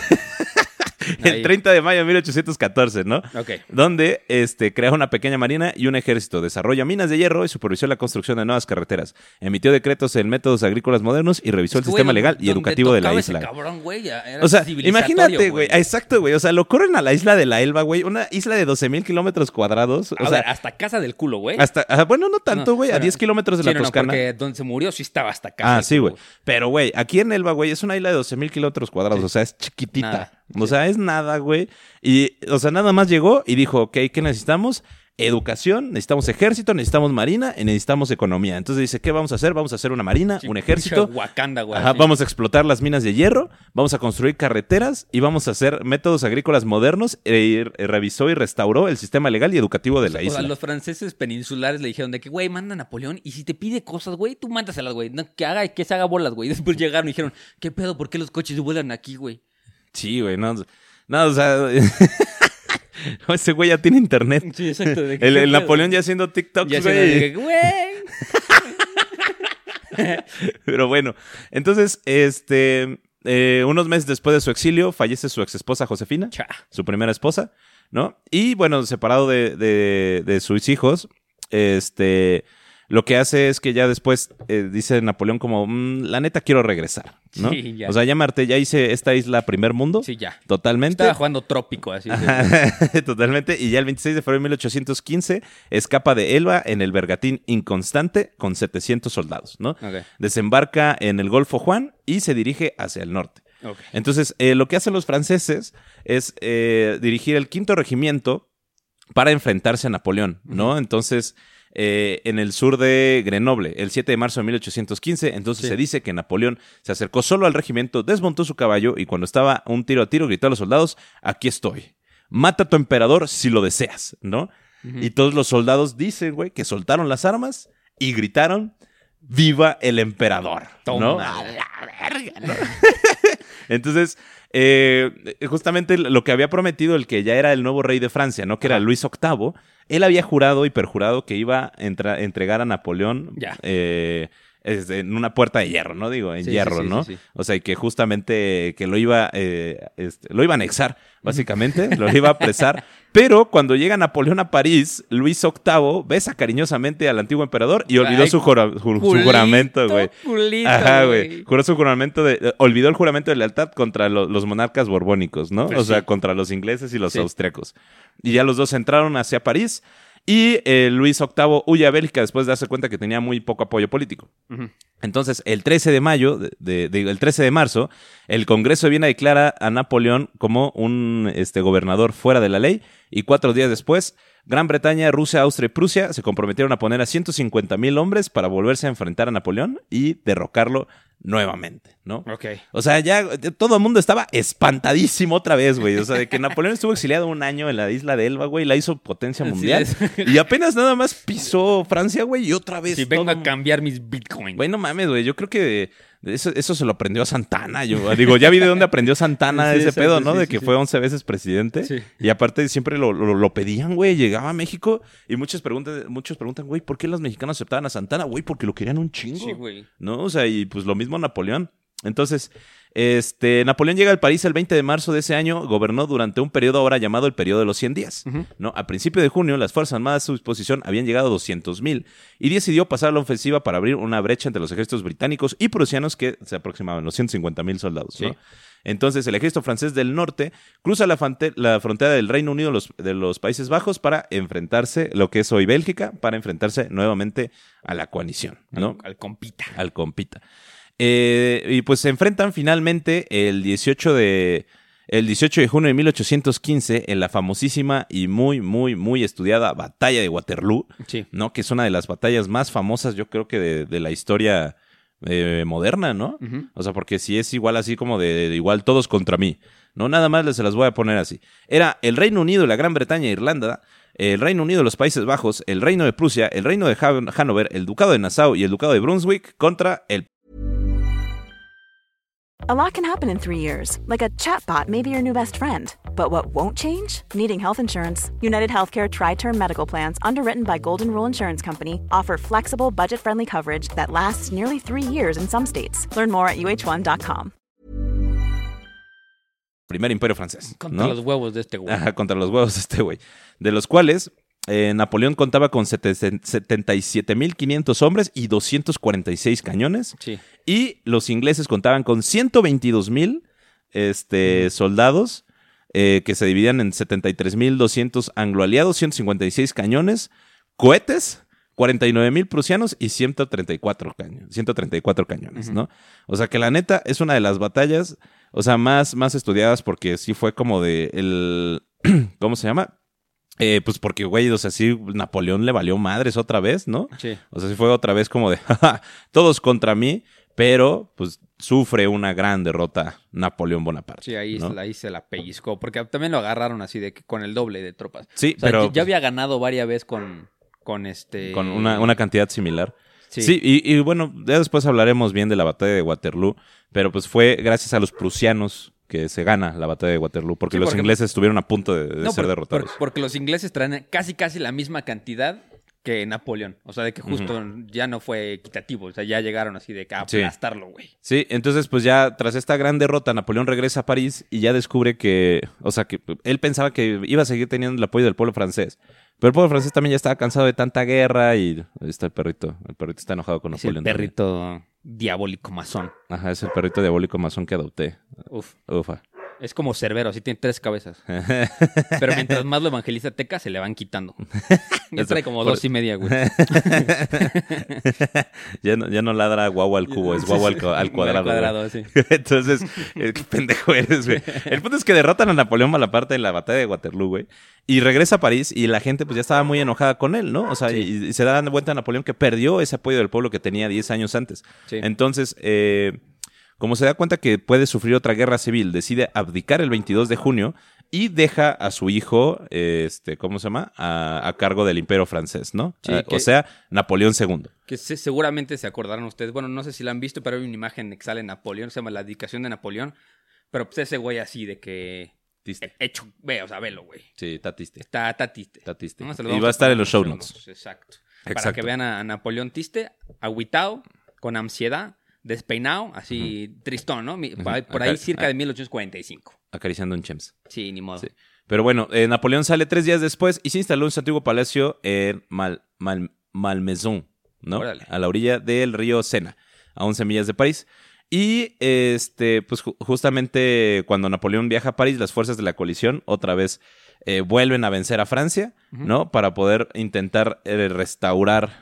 El Ahí. treinta de mayo de mil ochocientos catorce, ¿no? Ok. Donde este, crea una pequeña marina y un ejército, desarrolla minas de hierro y supervisó la construcción de nuevas carreteras, emitió decretos en métodos agrícolas modernos y revisó Es el que, sistema güey, legal y donde educativo de la tocaba ese isla. cabrón, güey, ya era O sea, civilizatorio, imagínate, güey. Exacto, güey. O sea, lo corren a la isla de la Elba, güey. Una isla de doce mil kilómetros cuadrados. O A sea, ver, hasta casa del culo, güey. hasta. ah, bueno, no tanto, No, güey. a bueno, diez kilómetros de Sí, la no, no, Toscana. porque donde se murió sí estaba hasta casa Ah, del sí, culo, güey. Pero, güey, aquí en Elba, güey, es una isla de doce mil kilómetros cuadrados. Sí. O sea, es chiquitita. Nada. O sea, es nada, güey. Y, o sea, nada más llegó y dijo, ok, ¿qué necesitamos? Educación, necesitamos ejército, necesitamos marina y necesitamos economía. Entonces dice, ¿qué vamos a hacer? Vamos a hacer una marina, Sí, un ejército. pinche Wakanda, güey. Ajá, así. vamos a explotar las minas de hierro, vamos a construir carreteras y vamos a hacer métodos agrícolas modernos. E, ir- e revisó y restauró el sistema legal y educativo de la O isla. sea, los franceses peninsulares le dijeron de que, güey, manda a Napoleón y si te pide cosas, güey, tú mándaselas, güey. No, que haga, que se haga bolas, güey. Después llegaron y dijeron, ¿qué pedo? ¿Por qué los coches vuelan aquí, güey? Sí, güey, no, no, o sea, ese güey ya tiene internet. Sí, exacto. de que, El, ¿qué el pedo? Napoleón ya haciendo TikToks, Ya se güey. de que, güey. Pero bueno, entonces, este, eh, unos meses después de su exilio, fallece su ex esposa Josefina, Cha. su primera esposa, ¿no? Y bueno, separado de, de, de sus hijos, este, lo que hace es que ya después eh, dice Napoleón como, mmm, la neta quiero regresar, ¿no? Sí, ya. O sea, ya me harté, ya hice esta isla primer mundo. Sí, ya. Totalmente. Estaba jugando trópico, así. Totalmente. Y ya el veintiséis de febrero de mil ochocientos quince escapa de Elba en el bergantín Inconstante con setecientos soldados, ¿no? Okay. Desembarca en el Golfo Juan y se dirige hacia el norte. Okay. Entonces, eh, lo que hacen los franceses es eh, dirigir el quinto regimiento para enfrentarse a Napoleón, ¿no? Uh-huh. Entonces, eh, en el sur de Grenoble, el siete de marzo de mil ochocientos quince, entonces sí. se dice que Napoleón se acercó solo al regimiento, desmontó su caballo y cuando estaba un tiro a tiro gritó a los soldados, aquí estoy, mata a tu emperador si lo deseas, ¿no? Uh-huh. Y todos los soldados dicen, güey, que soltaron las armas y gritaron, ¡viva el emperador! Toma. ¿No? A la verga, ¿no? Entonces, eh, justamente lo que había prometido el que ya era el nuevo rey de Francia, ¿no? Que era Luis octavo, él había jurado y perjurado que iba a entra- entregar a Napoleón eh, en una puerta de hierro, ¿no? Digo, en sí, hierro, sí, sí, ¿no? Sí, sí. O sea, que justamente que lo iba, eh, este, lo iba a anexar, básicamente, lo iba a apresar. Pero cuando llega Napoleón a París, Luis octavo besa cariñosamente al antiguo emperador y olvidó Ay, su, jura, ju, culito, su juramento, güey. Ajá, güey. Juró su juramento de, eh, olvidó el juramento de lealtad contra lo, los monarcas borbónicos, ¿no? Pues o sí. sea, contra los ingleses y los sí. austriacos. Y ya los dos entraron hacia París. Y eh, Luis octavo huye a Bélgica después de darse cuenta que tenía muy poco apoyo político. Uh-huh. Entonces, el trece de mayo, de, de, de, el trece de marzo, el Congreso de Viena declara a Napoleón como un este, gobernador fuera de la ley. Y cuatro días después, Gran Bretaña, Rusia, Austria y Prusia se comprometieron a poner a ciento cincuenta mil hombres para volverse a enfrentar a Napoleón y derrocarlo nuevamente, ¿no? Ok. O sea, ya todo el mundo estaba espantadísimo otra vez, güey. O sea, de que Napoleón estuvo exiliado un año en la isla de Elba, güey, la hizo potencia mundial. Sí, y apenas nada más pisó Francia, güey, y otra vez. Si todo... vengo a cambiar mis bitcoins. Güey, no mames, güey. Yo creo que eso, eso se lo aprendió a Santana. Yo digo, ya vi de dónde aprendió Santana sí, ese exacto, pedo, ¿no? Sí, de que sí, fue once veces presidente. Sí. Y aparte siempre lo, lo, lo pedían, güey. Llegaba a México y muchos preguntan, muchos preguntan, güey, ¿por qué los mexicanos aceptaban a Santana? Güey, porque lo querían un chingo. Sí, güey. ¿No? O sea, y pues lo mismo Napoleón. Entonces, este, Napoleón llega al París el veinte de marzo de ese año, gobernó durante un periodo ahora llamado el periodo de los cien días. Uh-huh. ¿No? A principio de junio, las Fuerzas Armadas a su disposición habían llegado a doscientos mil y decidió pasar a la ofensiva para abrir una brecha entre los ejércitos británicos y prusianos que se aproximaban los ciento cincuenta mil soldados. Sí. ¿No? Entonces, el ejército francés del norte cruza la, fante- la frontera del Reino Unido los, de los Países Bajos para enfrentarse, lo que es hoy Bélgica, para enfrentarse nuevamente a la coalición, ¿no? Al, al compita. Al compita. Eh, y pues se enfrentan finalmente el dieciocho de junio de mil ochocientos quince en la famosísima y muy, muy, muy estudiada batalla de Waterloo, sí. ¿no? Que es una de las batallas más famosas, yo creo que de, de la historia eh, moderna, ¿no? Uh-huh. O sea, porque si es igual así como de, de igual todos contra mí, ¿no? Nada más les se las voy a poner así. Era el Reino Unido, la Gran Bretaña e Irlanda, el Reino Unido, los Países Bajos, el Reino de Prusia, el Reino de Han- Hannover, el Ducado de Nassau y el Ducado de Brunswick contra el A lot can happen in three years, like a chatbot may be your new best friend. But what won't change? Needing health insurance. United Healthcare Tri-Term Medical Plans, underwritten by Golden Rule Insurance Company, offer flexible, budget-friendly coverage that lasts nearly three years in some states. Learn more at U H one dot com. Primer imperio francés. Contra ¿no? los huevos de este güey. Ajá, contra los huevos de este güey. De los cuales... Eh, Napoleón contaba con setenta y siete mil quinientos hombres y doscientos cuarenta y seis cañones. Sí. Y los ingleses contaban con ciento veintidós mil este, uh-huh. soldados eh, que se dividían en setenta y tres mil doscientos anglo-aliados, ciento cincuenta y seis cañones, cohetes, cuarenta y nueve mil prusianos y ciento treinta y cuatro cañones, ciento treinta y cuatro cañones, uh-huh. ¿no? O sea que la neta es una de las batallas, o sea, más, más estudiadas porque sí fue como de el... ¿Cómo se llama? Eh, pues porque, güey, o sea, sí, Napoleón le valió madres otra vez, ¿no? Sí. O sea, sí fue otra vez como de, jaja, todos contra mí, pero pues sufre una gran derrota Napoleón Bonaparte. Sí, ahí, ¿no? ahí se la pellizcó, porque también lo agarraron así de que con el doble de tropas. Sí, o sea, pero... Ya, ya había ganado varias veces con, con este... Con una, una cantidad similar. Sí, sí y, y bueno, ya después hablaremos bien de la batalla de Waterloo, pero pues fue gracias a los prusianos que se gana la batalla de Waterloo, porque, sí, porque los ingleses estuvieron a punto de, de no, ser por, derrotados. Por, porque los ingleses traen casi casi la misma cantidad que Napoleón. O sea, de que justo uh-huh. ya no fue equitativo. O sea, ya llegaron así de que a aplastarlo, güey. Sí. sí, entonces pues ya tras esta gran derrota, Napoleón regresa a París y ya descubre que, o sea, que él pensaba que iba a seguir teniendo el apoyo del pueblo francés. Pero el pueblo francés también ya estaba cansado de tanta guerra y ahí está el perrito. El perrito está enojado con es Napoleón. Es el perrito también. Diabólico masón. Ajá, es el perrito diabólico masón que adopté. Uf. Ufa. Es como Cerbero, así tiene tres cabezas. Pero mientras más lo evangeliza Teca, se le van quitando. Ya trae como por... dos y media, güey. ya, no, ya no ladra guau al cubo, es guau al, al cuadrado. Al cuadrado, sí. Entonces, eh, qué pendejo eres, güey. El punto es que derrotan a Napoleón Bonaparte en la batalla de Waterloo, güey. Y regresa a París y la gente pues ya estaba muy enojada con él, ¿no? O sea, sí. y, y se da cuenta a Napoleón que perdió ese apoyo del pueblo que tenía diez años antes. Sí. Entonces, eh... como se da cuenta que puede sufrir otra guerra civil, decide abdicar el veintidós de junio y deja a su hijo, este, ¿cómo se llama? A, a cargo del Imperio francés, ¿no? Sí, a, que, o sea, Napoleón segundo. Que se, seguramente se acordarán ustedes. Bueno, no sé si la han visto, pero hay una imagen que sale Napoleón, se llama La abdicación de Napoleón. Pero pues ese güey así de que... Tiste. Hecho, ve, o sea, velo, güey. Sí, está tiste. Está, está tiste. Está tiste. ¿No? Y va a estar en los show notes. Exacto. Exacto. Para que vean a, a Napoleón Tiste, agüitao, con ansiedad, despeinado, así uh-huh. tristón, ¿no? Uh-huh. Por ahí Acar- cerca de mil ochocientos cuarenta y cinco. Acariciando un chems. Sí, ni modo. Sí. Pero bueno, eh, Napoleón sale tres días después y se instaló en su antiguo palacio en Mal, Mal, Malmaison, ¿no? Órale. A la orilla del río Sena, a once millas de París. Y este, pues ju- justamente cuando Napoleón viaja a París, las fuerzas de la coalición otra vez eh, vuelven a vencer a Francia, uh-huh. ¿no? Para poder intentar eh, restaurar...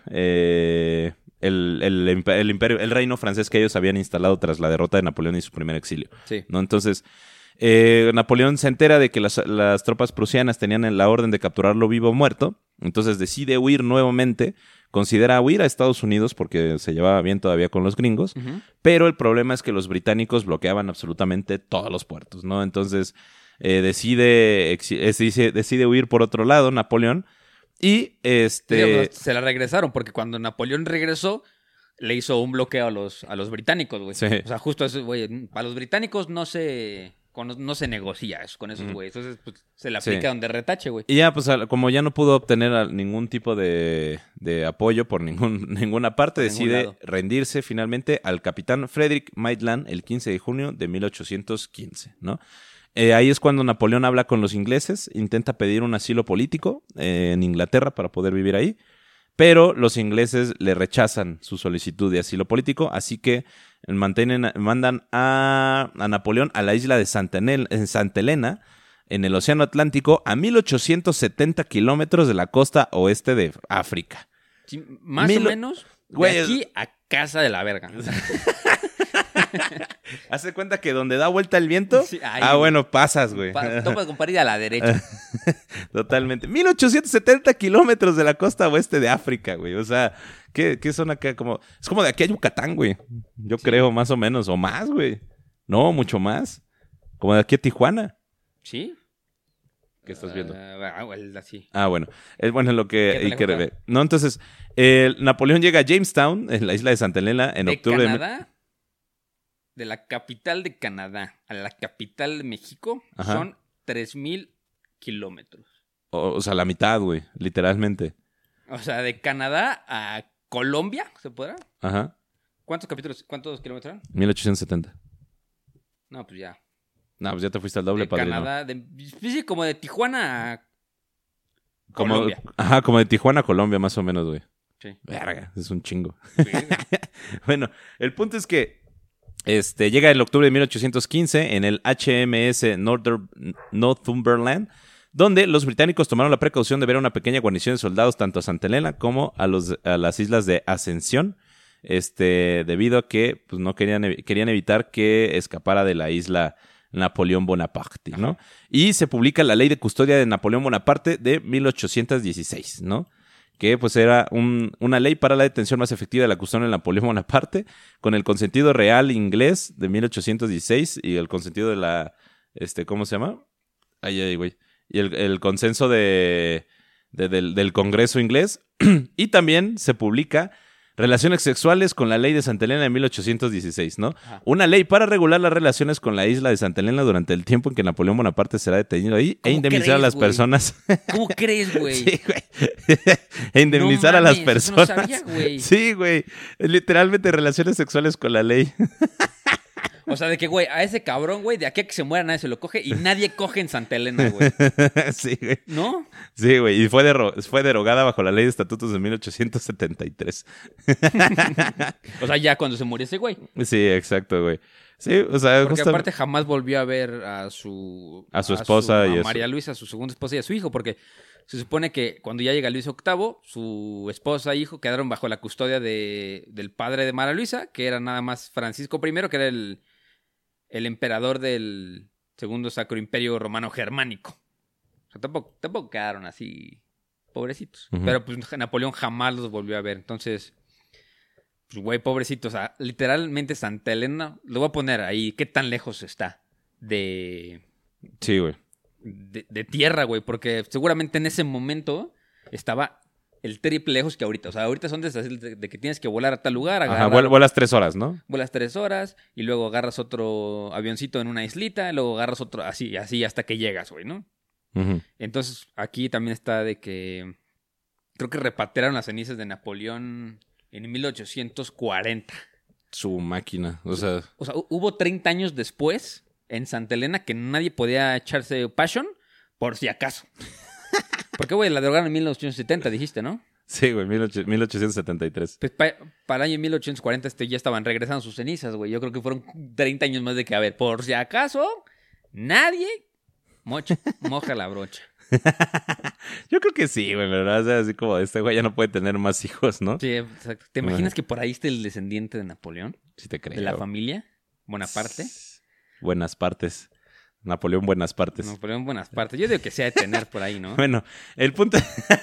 Eh, El, el, el imperio, el reino francés que ellos habían instalado tras la derrota de Napoleón y su primer exilio. Sí. ¿No? Entonces, eh, Napoleón se entera de que las, las tropas prusianas tenían la orden de capturarlo vivo o muerto, entonces decide huir nuevamente, considera huir a Estados Unidos porque se llevaba bien todavía con los gringos, uh-huh. pero el problema es que los británicos bloqueaban absolutamente todos los puertos, ¿no? Entonces, eh, decide, decide, decide huir por otro lado, Napoleón. Y este... Sí, se la regresaron, porque cuando Napoleón regresó, le hizo un bloqueo a los, a los británicos, güey. Sí. O sea, justo eso, güey. Para los británicos no se... no se negocia eso, con esos güeyes. Mm. Entonces, pues, se le aplica sí. donde retache, güey. Y ya, pues, como ya no pudo obtener ningún tipo de, de apoyo por ningún, ninguna parte, por decide rendirse finalmente al capitán Frederick Maitland el quince de junio de mil ochocientos quince, ¿no? Eh, ahí es cuando Napoleón habla con los ingleses, intenta pedir un asilo político eh, en Inglaterra para poder vivir ahí, pero los ingleses le rechazan su solicitud de asilo político, así que mantienen, mandan a, a Napoleón a la isla de Santa, Enel, en Santa Elena, en el Océano Atlántico, a mil ochocientos setenta kilómetros de la costa oeste de África. Sí, más Mil... o menos de Güey, aquí a casa de la verga. Hace cuenta que donde da vuelta el viento, sí, ahí, ah, bueno, pasas, güey. Pa- tomas con parir a la derecha. Totalmente. mil ochocientos setenta kilómetros de la costa oeste de África, güey. O sea, ¿qué, qué son acá? Como, es como de aquí a Yucatán, güey. Yo sí. creo, más o menos. O más, güey. No, mucho más. Como de aquí a Tijuana. ¿Sí? ¿Qué estás viendo? Uh, así. Ah, bueno. Es bueno lo que... Y que ve. No, entonces, eh, Napoleón llega a Jamestown, en la isla de Santa Elena, en ¿De octubre Canadá? de... De la capital de Canadá a la capital de México Ajá. son tres mil kilómetros. O, o sea, la mitad, güey, literalmente. O sea, de Canadá a Colombia, ¿se podrá? Ajá. ¿Cuántos capítulos, cuántos kilómetros eran? mil ochocientos setenta. No, pues ya. No, pues ya te fuiste al doble, de padrino. Canadá, de, sí, como de Tijuana a como, Colombia. Ajá, como de Tijuana a Colombia, más o menos, güey. Sí. Verga, es un chingo. Sí. Bueno, el punto es que Este, llega el octubre de mil ochocientos quince en el H M S Northern, Northumberland, donde los británicos tomaron la precaución de ver a una pequeña guarnición de soldados tanto a Santa Elena como a, los, a las islas de Ascensión, este, debido a que pues, no querían, querían evitar que escapara de la isla Napoleón Bonaparte, ¿no? Ajá. Y se publica la Ley de Custodia de Napoleón Bonaparte de mil ochocientos dieciséis, ¿no? Que pues era un, una ley para la detención más efectiva de la custodia de Napoleón Bonaparte, con el consentido real inglés de mil ochocientos dieciséis y el consentido de la, este, ¿cómo se llama? Ay, ay, güey. Y el, el consenso de, de, del, del Congreso inglés. Y también se publica Relaciones sexuales con la ley de Santa Elena de mil ochocientos dieciséis, ¿no? Ajá. Una ley para regular las relaciones con la isla de Santa Elena durante el tiempo en que Napoleón Bonaparte será detenido ahí e ¿Cómo indemnizar crees, a las güey? personas. ¿Cómo crees, güey? Sí, güey. E indemnizar No a las mames, eso no personas. sabía, güey. Sí, güey. Literalmente relaciones sexuales con la ley. O sea, de que, güey, a ese cabrón, güey, de aquí a que se muera nadie se lo coge y nadie coge en Santa Elena, güey. Sí, güey. ¿No? Sí, güey. Y fue, derro- fue derogada bajo la ley de estatutos de mil ochocientos setenta y tres. O sea, ya cuando se murió ese güey. Sí, exacto, güey. Sí, o sea, Porque justa- aparte jamás volvió a ver a su... A su esposa y a a su- María Luisa, a su segunda esposa y a su hijo, porque se supone que cuando ya llega Luis octavo, su esposa e hijo quedaron bajo la custodia de, del padre de María Luisa, que era nada más Francisco I, que era el, el emperador del segundo Sacro Imperio Romano Germánico. O sea, tampoco, tampoco quedaron así pobrecitos. Ujú. Pero pues Napoleón jamás los volvió a ver. Entonces, pues güey, pobrecitos. O sea, literalmente Santa Elena, lo voy a poner ahí, ¿qué tan lejos está de, Sí, güey. de, de tierra, güey? Porque seguramente en ese momento estaba el triple lejos que ahorita. O sea, ahorita son de, esas de, de que tienes que volar a tal lugar, Ajá, agarrar, vuel- vuelas tres horas, ¿no? vuelas tres horas y luego agarras otro avioncito en una islita, y luego agarras otro, así, así hasta que llegas, güey, ¿no? Ujú. Entonces, aquí también está de que creo que repatriaron las cenizas de Napoleón en mil ochocientos cuarenta. Su máquina. O sea, O sea, hu- hubo treinta años después en Santa Elena que nadie podía echarse passion por si acaso. Porque, güey, la drogaron en mil ochocientos setenta, dijiste, ¿no? sí, güey, mil ochocientos setenta y tres. Pues pa- para el año mil ochocientos cuarenta este, ya estaban regresando sus cenizas, güey. Yo creo que fueron treinta años más de que, a ver, por si acaso, nadie mocha, moja la brocha. Yo creo que sí, güey, ¿verdad? O sea, así como este güey ya no puede tener más hijos, ¿no? Sí, exacto. ¿Te imaginas que por ahí está el descendiente de Napoleón? Sí te creo. De la familia Bonaparte. Buenas partes. Napoleón Buenas partes. Napoleón Bonaparte. Yo digo que sea de tener por ahí, ¿no? Bueno, el punto,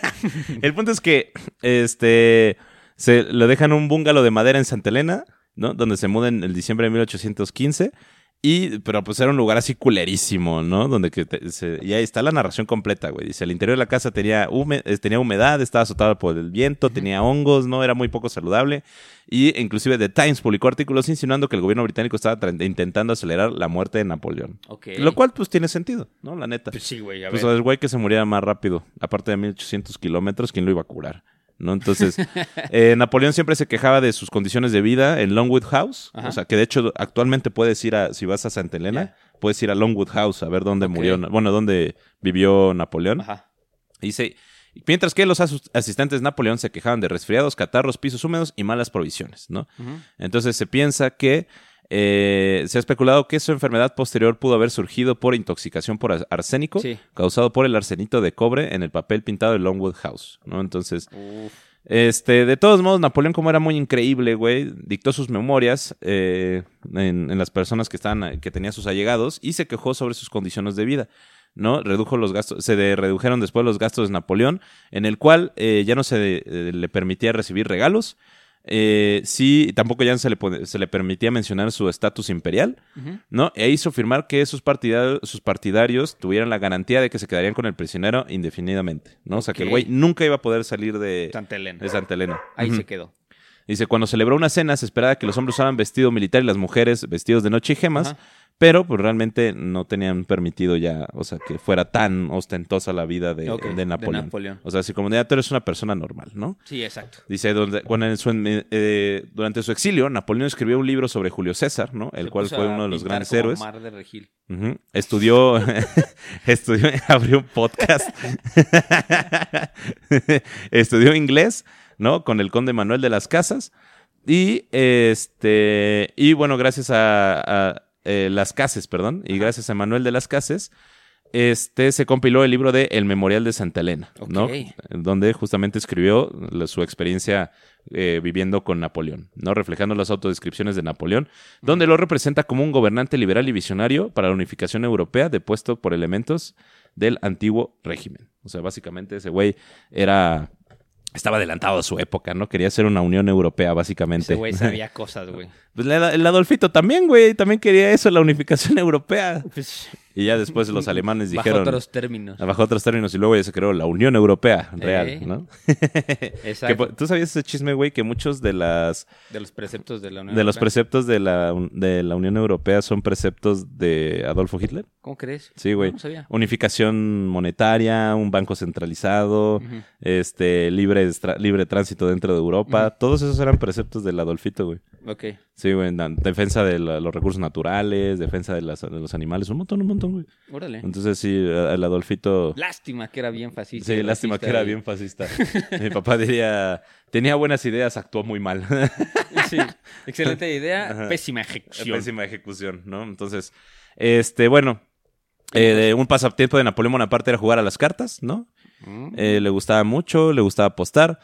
el punto es que este se lo dejan un bungalow de madera en Santa Elena, ¿no? Donde se muda en el diciembre de mil ochocientos quince. Y, pero pues era un lugar así culerísimo, ¿no? Donde que te- se- y ahí está la narración completa, güey. Dice, el interior de la casa tenía, hume- eh, tenía humedad, estaba azotado por el viento, tenía hongos, ¿no? Era muy poco saludable. Y inclusive The Times publicó artículos insinuando que el gobierno británico estaba tra- intentando acelerar la muerte de Napoleón. Ok. Lo cual, pues, tiene sentido, ¿no? La neta. Pues sí, güey, a Pues ver. el güey que se muriera más rápido, aparte de mil ochocientos kilómetros, ¿quién lo iba a curar? ¿No? Entonces, eh, Napoleón siempre se quejaba de sus condiciones de vida en Longwood House. Ajá. O sea, que de hecho actualmente puedes ir a, si vas a Santa Elena, Ya. puedes ir a Longwood House a ver dónde Ok. murió, bueno, dónde vivió Napoleón. Ajá. Y dice, mientras que los asus- asistentes de Napoleón se quejaban de resfriados, catarros, pisos húmedos y malas provisiones, ¿no? Ujú. Entonces se piensa que eh, se ha especulado que su enfermedad posterior pudo haber surgido por intoxicación por ar- arsénico, Sí. causado por el arsenito de cobre en el papel pintado de Longwood House, ¿no? Entonces, Uf. este, de todos modos, Napoleón, como era muy increíble, güey, dictó sus memorias eh, en, en las personas que estaban, que tenía sus allegados y se quejó sobre sus condiciones de vida, ¿no? Redujo los gastos, se de- redujeron después los gastos de Napoleón, en el cual eh, ya no se eh, le permitía recibir regalos. Eh, sí, tampoco ya se le, pone- se le permitía mencionar su estatus imperial, Ujú. ¿no? E hizo firmar que sus partidarios, sus partidarios tuvieran la garantía de que se quedarían con el prisionero indefinidamente, ¿no? O sea, que el Ok. güey nunca iba a poder salir de, Santa Elena. de Santa Elena. Ahí Ujú. se quedó. Dice, cuando celebró una cena se esperaba que los hombres usaran vestido militar y las mujeres vestidos de noche y gemas, Ajá. pero pues realmente no tenían permitido ya, o sea, que fuera tan ostentosa la vida de, Ok, de Napoleón. Napoleón. O sea, así como ya tú eres una persona normal, ¿no? Sí, exacto. Dice, donde, cuando en su, eh, durante su exilio, Napoleón escribió un libro sobre Julio César, ¿no? El Se cual puso fue a uno de los pintar grandes como héroes. Mar de Regil. Ujú. Estudió, estudió, abrió un podcast, estudió inglés, ¿no? Con el conde Manuel de las Casas y este y bueno, gracias a, a, eh, las Cases, perdón, y gracias a Manuel de las Cases, este se compiló el libro de El Memorial de Santa Elena, ¿no? Ok. Donde justamente escribió la- su experiencia eh, viviendo con Napoleón, ¿no? Reflejando las autodescripciones de Napoleón, donde lo representa como un gobernante liberal y visionario para la unificación europea depuesto por elementos del antiguo régimen. O sea, básicamente ese güey era... Estaba adelantado a su época, ¿no? Quería ser una Unión Europea, básicamente. Ese güey sabía cosas, güey. Pues el, el Adolfito también, güey. También quería eso, la unificación europea. Pues, Y ya después los alemanes dijeron... Bajo otros términos. Bajo otros términos. Y luego ya se creó la Unión Europea real, Eh. ¿no? Exacto. Que, ¿tú sabías ese chisme, güey? Que muchos de las... De los preceptos de la Unión De los Europea. preceptos de la, de la Unión Europea son preceptos de Adolfo Hitler. ¿Cómo crees? Sí, güey. No, no sabía. Unificación monetaria, un banco centralizado, Ujú. este, libre, estra- libre tránsito dentro de Europa. Ujú. Todos esos eran preceptos del Adolfito, güey. Ok. Sí, güey. na- Defensa de la- los recursos naturales, defensa de, las- de los animales. Un montón, un montón, güey. Órale. Entonces, sí, el Adolfito... Lástima que era bien fascista. Sí, y lástima racista que era y- bien fascista. Mi papá diría... Tenía buenas ideas, actuó muy mal. Sí. Excelente idea, Ajá. pésima ejecución. Pésima ejecución, ¿no? Entonces, este, bueno, eh, de un pasatiempo de Napoleón Bonaparte era jugar a las cartas, ¿no? Mm. Eh, le gustaba mucho, le gustaba apostar.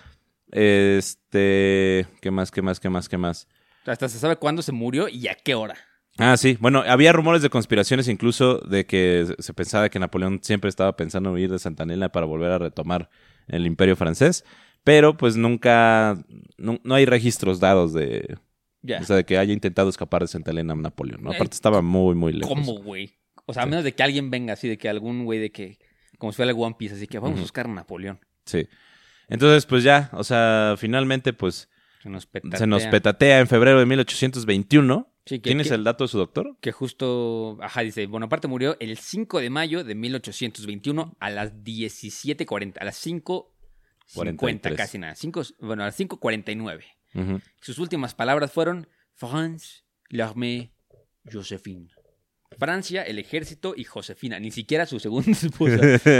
Este, ¿qué más, qué más, qué más, qué más? Hasta se sabe cuándo se murió y a qué hora. Ah, sí, bueno, había rumores de conspiraciones incluso de que se pensaba que Napoleón siempre estaba pensando en huir de Santa Elena para volver a retomar el Imperio francés, pero pues nunca, no, no hay registros dados de, Ya. o sea, de que haya intentado escapar de Santa Elena Napoleón, ¿no? Eh, Aparte estaba muy, muy lejos. ¿Cómo, güey? O sea, a Sí. menos de que alguien venga así, de que algún güey de que... Como si fuera el One Piece, así que vamos Ujú. a buscar a Napoleón. Sí. Entonces, pues ya, o sea, finalmente, pues, Se nos petatea. se nos petatea en febrero de mil ochocientos veintiuno. Sí, que, ¿Tienes que- el dato de su doctor? que justo... Ajá, dice, Bonaparte murió el cinco de mayo de mil ochocientos veintiuno a las diecisiete cuarenta, a las cinco cuarenta y cincuenta tres. casi nada. cinco, bueno, a las cinco cuarenta y nueve. Ujú. Sus últimas palabras fueron France, l'armée, Joséphine. Francia, el ejército y Josefina. Ni siquiera su segunda esposa.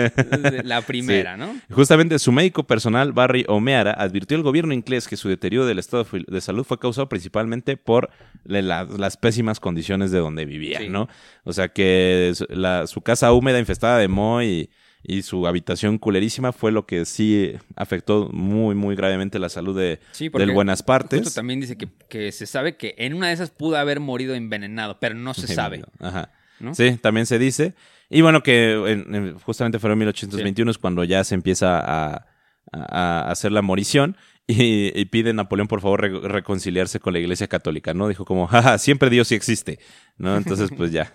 La primera, ¿no? Justamente su médico personal, Barry O'Meara, advirtió al gobierno inglés que su deterioro del estado de de salud fue causado principalmente por la- la- las pésimas condiciones de donde vivía, Sí. ¿no? O sea que su, la- su casa húmeda infestada de moho y, y su habitación culerísima fue lo que sí afectó muy, muy gravemente la salud de, Sí, porque del Buenas Partes. justo también dice que, que se sabe que en una de esas pudo haber morido envenenado, pero no se sabe. Ajá. ¿No? Sí, también se dice. Y bueno, que en- en- justamente fue en mil ochocientos veintiuno es cuando ya se empieza a, a- a hacer la morición y, y pide a Napoleón, por favor, re- reconciliarse con la Iglesia Católica, ¿no? Dijo como, jaja, siempre Dios sí existe, ¿no? Entonces, pues ya.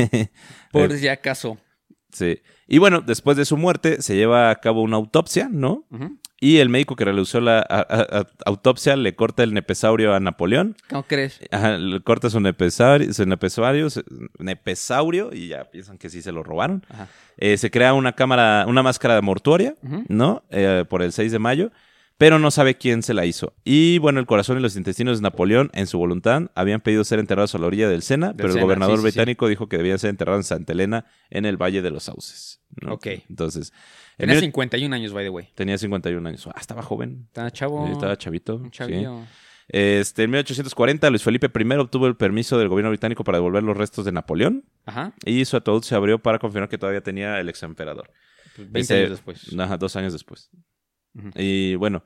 Por Eh, si acaso. sí. Y bueno, después de su muerte se lleva a cabo una autopsia, ¿no? Ujú. Y el médico que realizó la a- a- a- autopsia le corta el nepesaurio a Napoleón. ¿Cómo crees? Ajá, le corta su nepesaurio, su nepesaurio, su- nepesaurio y ya piensan que sí se lo robaron. Ajá. Eh, se crea una cámara, una máscara mortuoria, Ujú. ¿no? Eh, por el seis de mayo, pero no sabe quién se la hizo. Y bueno, el corazón y los intestinos de Napoleón, en su voluntad, habían pedido ser enterrados a la orilla del Sena, pero el Sena, gobernador sí, sí, sí. británico dijo que debían ser enterrados en Santa Elena, en el Valle de los Sauces, ¿no? Ok. Entonces, en Tenía mil- cincuenta y un años, by the way. tenía cincuenta y un años. Ah, estaba joven. Estaba chavo. Sí, estaba chavito. Un sí. chavillo. Este, en mil ochocientos cuarenta, Luis Felipe primero obtuvo el permiso del gobierno británico para devolver los restos de Napoleón Ajá. y su ataúd se abrió para confirmar que todavía tenía el ex emperador. Pues veinte Ese- años después. Ajá, dos años después. Ujú. Y bueno,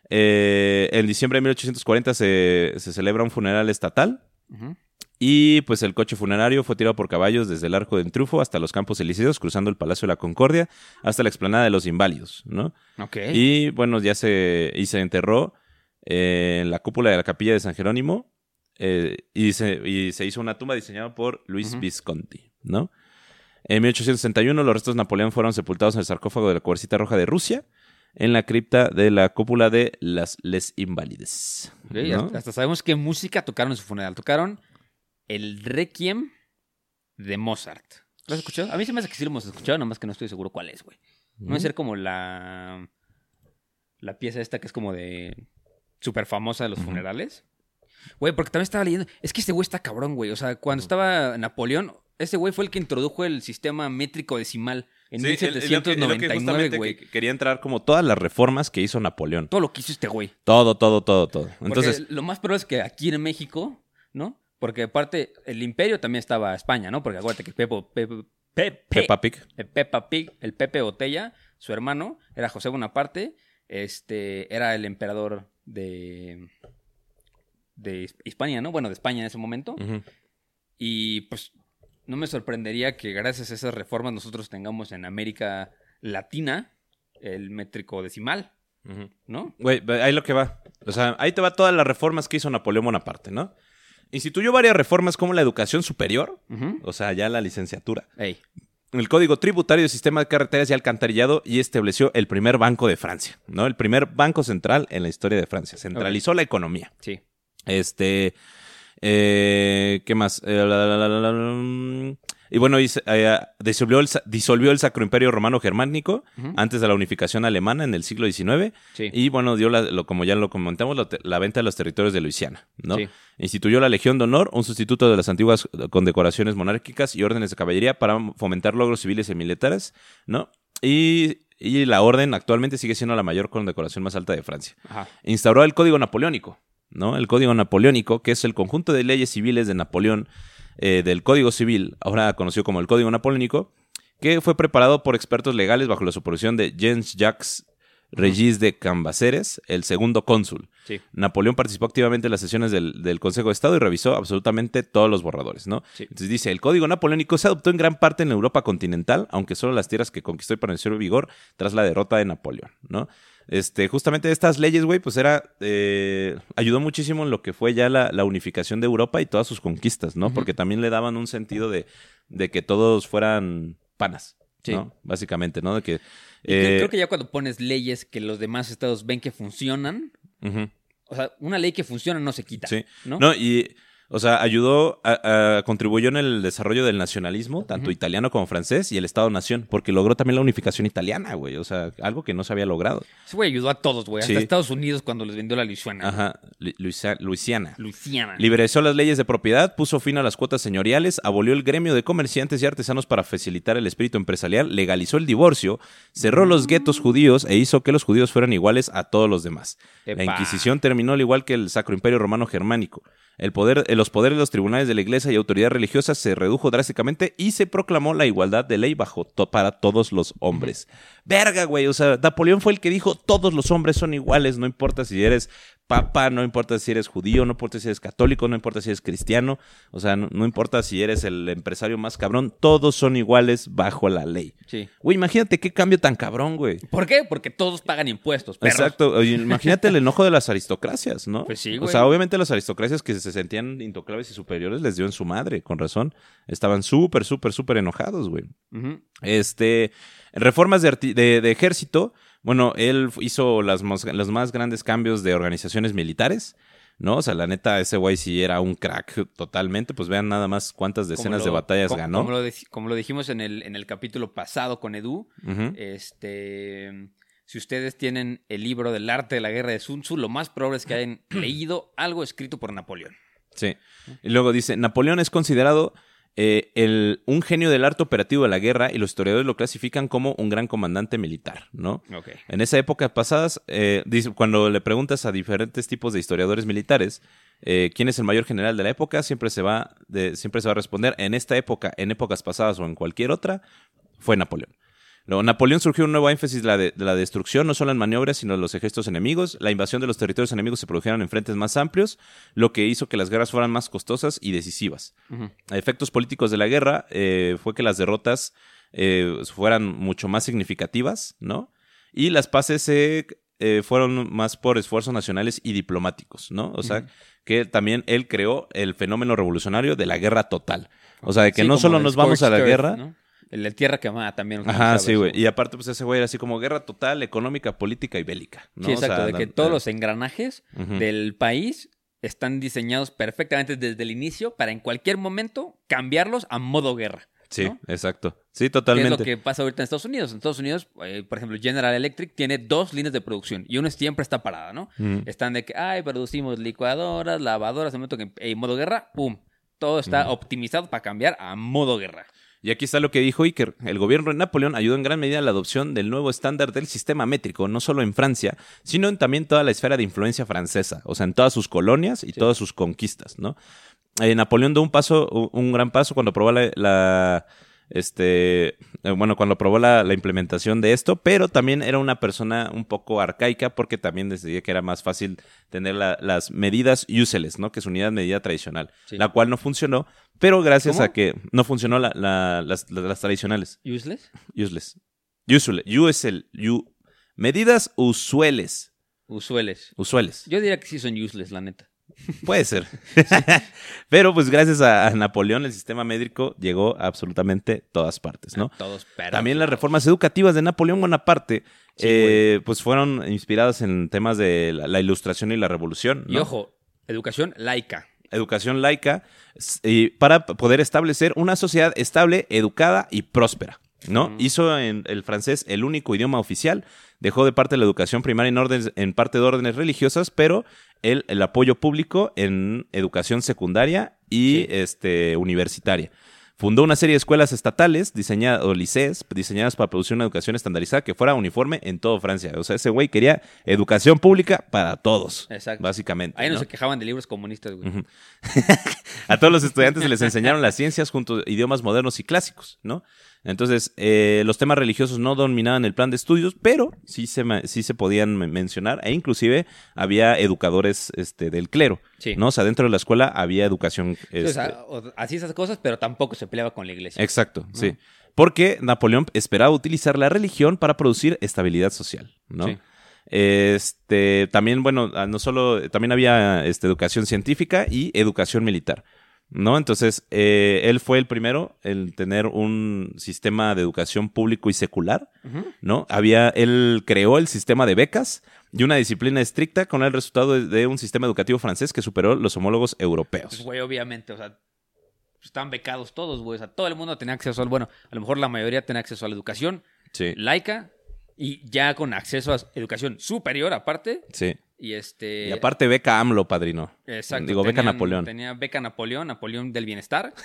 eh, en diciembre de mil ochocientos cuarenta se, se celebra un funeral estatal Ujú. y pues el coche funerario fue tirado por caballos desde el Arco de Triunfo hasta los Campos Elíseos, cruzando el Palacio de la Concordia hasta la explanada de los Inválidos, ¿no? Ok. Y bueno, ya se, y se enterró eh, en la cúpula de la capilla de San Jerónimo eh, y, se, y se hizo una tumba diseñada por Luis Ujú. Visconti, ¿no? En mil ochocientos sesenta y uno los restos de Napoleón fueron sepultados en el sarcófago de la Cuercita Roja de Rusia en la cripta de la cúpula de las Les Invalides. Ok, ¿no? hasta, hasta sabemos qué música tocaron en su funeral. Tocaron el Requiem de Mozart. ¿Lo has escuchado? A mí se me hace que sí lo hemos escuchado, nomás que no estoy seguro cuál es, güey. No debe ser como la... La pieza esta que es como de... Súper famosa de los Ujú. funerales. Güey, porque también estaba leyendo... Es que este güey está cabrón, güey. O sea, cuando estaba Napoleón, ese güey fue el que introdujo el sistema métrico decimal en Sí, mil setecientos noventa y nueve, güey. que quería entrar como todas las reformas que hizo Napoleón. Todo lo que hizo este güey. Todo, todo, todo, todo. Porque Entonces, lo más probable es que aquí en México, ¿no? Porque aparte, el imperio también estaba España, ¿no? Porque acuérdate que Pepo, Pepe, Pepe, Peppa Pig. el Peppa Pig, el Pepe Botella, su hermano, era José Bonaparte, este, era el emperador de, de Hispania, ¿no? Bueno, de España en ese momento. Ujú. Y pues no me sorprendería que gracias a esas reformas nosotros tengamos en América Latina el métrico decimal, Ujú. ¿no? Güey, ve- ahí lo que va. O sea, ahí te va todas las reformas que hizo Napoleón Bonaparte, ¿no? instituyó varias reformas como la educación superior, Ujú. o sea, ya la licenciatura, Ey. el Código Tributario, Sistema de Carreteras y Alcantarillado, y estableció el primer banco de Francia, ¿no? El primer banco central en la historia de Francia. Centralizó la economía. Sí. Este, eh, ¿qué más? Eh, la, la, la, la, la, y bueno, y, eh, disolvió, el, disolvió el Sacro Imperio Romano Germánico Ujú. antes de la unificación alemana en el siglo diecinueve. Sí. Y bueno, dio, la, lo, como ya lo comentamos, la, la venta de los territorios de Luisiana, ¿no? Sí. Instituyó la Legión de Honor, un sustituto de las antiguas condecoraciones monárquicas y órdenes de caballería para fomentar logros civiles y militares, ¿no? Y, y la orden actualmente sigue siendo la mayor condecoración más alta de Francia. Ajá. Instauró el Código Napoleónico, ¿no? El Código Napoleónico, que es el conjunto de leyes civiles de Napoleón, eh, del Código Civil, ahora conocido como el Código Napoleónico, que fue preparado por expertos legales bajo la supervisión de Jean-Jacques Regis de Cambaceres, el segundo cónsul. Sí. Napoleón participó activamente en las sesiones del, del Consejo de Estado y revisó absolutamente todos los borradores, ¿no? Sí. Entonces dice, el Código Napoleónico se adoptó en gran parte en Europa continental, aunque solo las tierras que conquistó permanecieron en vigor tras la derrota de Napoleón, ¿no? Este, justamente estas leyes, güey, pues era, eh, ayudó muchísimo en lo que fue ya la, la unificación de Europa y todas sus conquistas, ¿no? Ujú. Porque también le daban un sentido de, de que todos fueran panas, Sí. ¿no? Básicamente, ¿no? De que... Y creo, eh, creo que ya cuando pones leyes que los demás estados ven que funcionan, ujú. o sea, una ley que funciona no se quita, Sí. ¿no? No, y, o sea, ayudó, a, a- contribuyó en el desarrollo del nacionalismo, tanto Ujú. italiano como francés, y el Estado-nación, porque logró también la unificación italiana, güey. O sea, algo que no se había logrado. Ese güey ayudó a todos, güey. Hasta Sí. Estados Unidos cuando les vendió la Luisiana. Ajá, Lu- Luisia- Luisiana. Luisiana. Liberalizó las leyes de propiedad, puso fin a las cuotas señoriales, abolió el gremio de comerciantes y artesanos para facilitar el espíritu empresarial, legalizó el divorcio, cerró los guetos judíos e hizo que los judíos fueran iguales a todos los demás. Epa. La Inquisición terminó al igual que el Sacro Imperio Romano Germánico. El poder, eh, los poderes de los tribunales de la iglesia y autoridad religiosa se redujo drásticamente y se proclamó la igualdad de ley bajo to- para todos los hombres. Verga, güey. O sea, Napoleón fue el que dijo todos los hombres son iguales, no importa si eres papa, no importa si eres judío, no importa si eres católico, no importa si eres cristiano, o sea, no, no importa si eres el empresario más cabrón, todos son iguales bajo la ley. Sí. Güey, imagínate qué cambio tan cabrón, güey. ¿Por qué? Porque todos pagan impuestos, perros. Exacto. Oye, imagínate el enojo de las aristocracias, ¿no? Pues sí, O güey. sea, obviamente las aristocracias que se sentían intoclables y superiores les dio en su madre, con razón. Estaban súper, súper, súper enojados, güey. Ujú. Este, reformas de, arti- de- de ejército. Bueno, él hizo las más- los más grandes cambios de organizaciones militares, ¿no? O sea, la neta, ese güey sí era un crack totalmente. Pues vean nada más cuántas Como decenas lo- de batallas co- ganó. Como lo, dec- como lo dijimos en el, en el capítulo pasado con Edu, Ujú. este, si ustedes tienen el libro del arte de la guerra de Sun Tzu, lo más probable es que hayan leído algo escrito por Napoleón. Sí. Y luego dice, Napoleón es considerado eh, el, un genio del arte operativo de la guerra y los historiadores lo clasifican como un gran comandante militar, ¿no? Ok. En esa época pasadas, eh, dice, cuando le preguntas a diferentes tipos de historiadores militares eh, quién es el mayor general de la época, siempre se va de, siempre se va a responder en esta época, en épocas pasadas o en cualquier otra, fue Napoleón. Luego, Napoleón surgió un nuevo énfasis de la, de, de la destrucción, no solo en maniobras, sino en los ejércitos enemigos. La invasión de los territorios enemigos se produjeron en frentes más amplios, lo que hizo que las guerras fueran más costosas y decisivas. Ujú. A efectos políticos de la guerra eh, fue que las derrotas eh, fueran mucho más significativas, ¿no? Y las paces se eh, fueron más por esfuerzos nacionales y diplomáticos, ¿no? O sea, Ujú. que también él creó el fenómeno revolucionario de la guerra total. O sea, de que Sí, no como solo el nos vamos a la Scorched Earth, guerra. ¿no? El de tierra quemada también. Ajá, utilizaba sí, eso. güey. Y aparte, pues ese güey era así como guerra total, económica, política y bélica, ¿no? Sí, O sea, exacto. de que dan- todos eh, los engranajes ujú. del país están diseñados perfectamente desde el inicio para en cualquier momento cambiarlos a modo guerra. Sí, ¿no? exacto. Sí, ¿Qué es totalmente. lo que pasa ahorita en Estados Unidos? En Estados Unidos, eh, por ejemplo, General Electric tiene dos líneas de producción y una siempre está parada, ¿no? Ujú. Están de que, ay, producimos licuadoras, lavadoras, en el momento que en modo guerra, ¡pum! Todo está Ujú. optimizado para cambiar a modo guerra. Y aquí está lo que dijo Iker. El gobierno de Napoleón ayudó en gran medida a la adopción del nuevo estándar del sistema métrico, no solo en Francia, sino en también toda la esfera de influencia francesa, o sea, en todas sus colonias y Sí. todas sus conquistas, ¿no? Eh, Napoleón dio un paso, un, un gran paso cuando aprobó la, la- este, eh, bueno, cuando aprobó la, la implementación de esto, pero también era una persona un poco arcaica porque también decidía que era más fácil tener la- las medidas useless, ¿no? Que es unidad medida tradicional, Sí. la cual no funcionó, pero gracias ¿Cómo? a que no funcionó la- la- las, las- las tradicionales. ¿Useless? Useless. Usual. Usel. U. Medidas usuales. Usuales. Usuales. Yo diría que sí son useless, la neta. Puede ser. Pero pues gracias a, a Napoleón el sistema médico llegó a absolutamente todas partes, ¿no? A todos, pero También las reformas educativas de Napoleón Bonaparte Sí, eh, pues fueron inspiradas en temas de la, la Ilustración y la Revolución, ¿no? Y ojo, educación laica. Educación laica s- y para p- poder establecer una sociedad estable, educada y próspera, ¿no? Ujú. Hizo en el francés el único idioma oficial, dejó de parte la educación primaria en, órdenes, en parte de órdenes religiosas, pero el, el apoyo público en educación secundaria y Sí. este, universitaria. Fundó una serie de escuelas estatales diseñadas, o licees, diseñadas para producir una educación estandarizada que fuera uniforme en toda Francia. O sea, ese güey quería educación pública para todos, Exacto. básicamente. Ahí no, ¿no? se quejaban de libros comunistas, güey. Ujú. A todos los estudiantes se les enseñaron las ciencias junto a idiomas modernos y clásicos, ¿no? Entonces, eh, los temas religiosos no dominaban el plan de estudios, pero sí se, ma- sí se podían me- mencionar e inclusive había educadores este, del clero, Sí. ¿no? O sea, dentro de la escuela había educación. Sí, o este, sea, o- hacía esas cosas, pero tampoco se peleaba con la iglesia. Exacto, sí. Porque Napoleón esperaba utilizar la religión para producir estabilidad social, ¿no? Sí. Este, también, bueno, ah, no solo, también había este, educación científica y educación militar, ¿no? Entonces, eh, él fue el primero en tener un sistema de educación público y secular, Ujú. ¿no? Había, él creó el sistema de becas y una disciplina estricta con el resultado de, de un sistema educativo francés que superó los homólogos europeos. Pues, güey, obviamente, o sea, estaban becados todos, güey. O sea, todo el mundo tenía acceso al, bueno, a lo mejor la mayoría tenía acceso a la educación Sí, laica y ya con acceso a educación superior aparte. sí. Y este... Y aparte beca AMLO, padrino. Exacto. Digo, beca tenían- Napoleón. Tenía beca Napoleón, Napoleón del bienestar.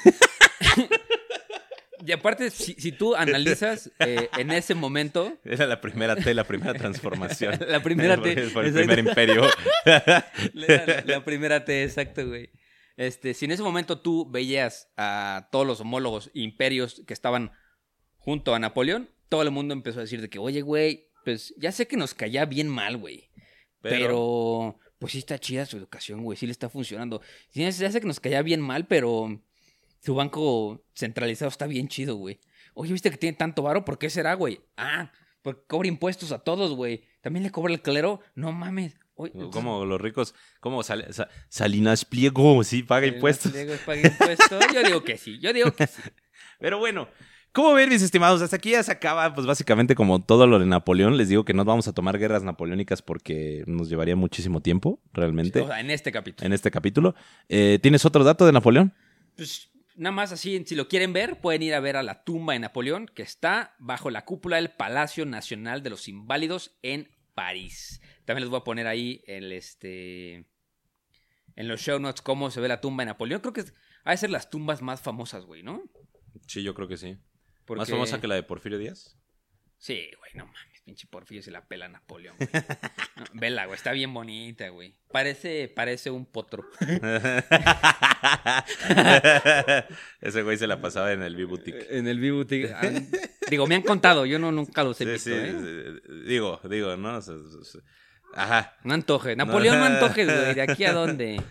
Y aparte, si, si tú analizas eh, en ese momento, Era la primera T, la primera transformación. La primera T, Por, por el exacto. primer imperio. la, la- la primera T, exacto, güey. Este, si en ese momento tú veías a todos los homólogos imperios que estaban junto a Napoleón, todo el mundo empezó a decir de que, oye, güey, pues ya sé que nos caía bien mal, güey. Pero... Pero- pues sí está chida su educación, güey, sí le está funcionando. Sí, ya sé que nos caía bien mal, pero su banco centralizado está bien chido, güey. Oye, ¿viste que tiene tanto varo? ¿Por qué será, güey? Ah, porque cobra impuestos a todos, güey. ¿También le cobra el clero? No mames. Oye, Como los ricos, como Sal- Sa- Salinas Pliego, sí, paga Eh, impuestos. Diego paga impuestos. Yo digo que sí, yo digo que sí. Pero bueno, ¿cómo ven, mis estimados? Hasta aquí ya se acaba, pues básicamente como todo lo de Napoleón. Les digo que no vamos a tomar guerras napoleónicas porque nos llevaría muchísimo tiempo, realmente, O sea, en este capítulo. en este capítulo. Eh, ¿Tienes otro dato de Napoleón? Pues nada más así, si lo quieren ver, pueden ir a ver a la tumba de Napoleón, que está bajo la cúpula del Palacio Nacional de los Inválidos en París. También les voy a poner ahí el este en los show notes cómo se ve la tumba de Napoleón. Creo que es, ha de ser las tumbas más famosas, güey, ¿no? Sí, yo creo que sí. Porque... ¿Más famosa que la de Porfirio Díaz? Sí, güey, no mames, pinche Porfirio se la pela a Napoleón, güey. No, vela, güey, está bien bonita, güey. Parece, parece un potro. Ese güey se la pasaba en el B-Boutique. En el B-Boutique. Digo, me han contado, yo no nunca los he Sí, visto, sí, ¿eh? sí, digo, digo, ¿no? O sea, o sea, ajá. No antojes. Napoleón, no, antojes, güey. ¿De aquí a dónde?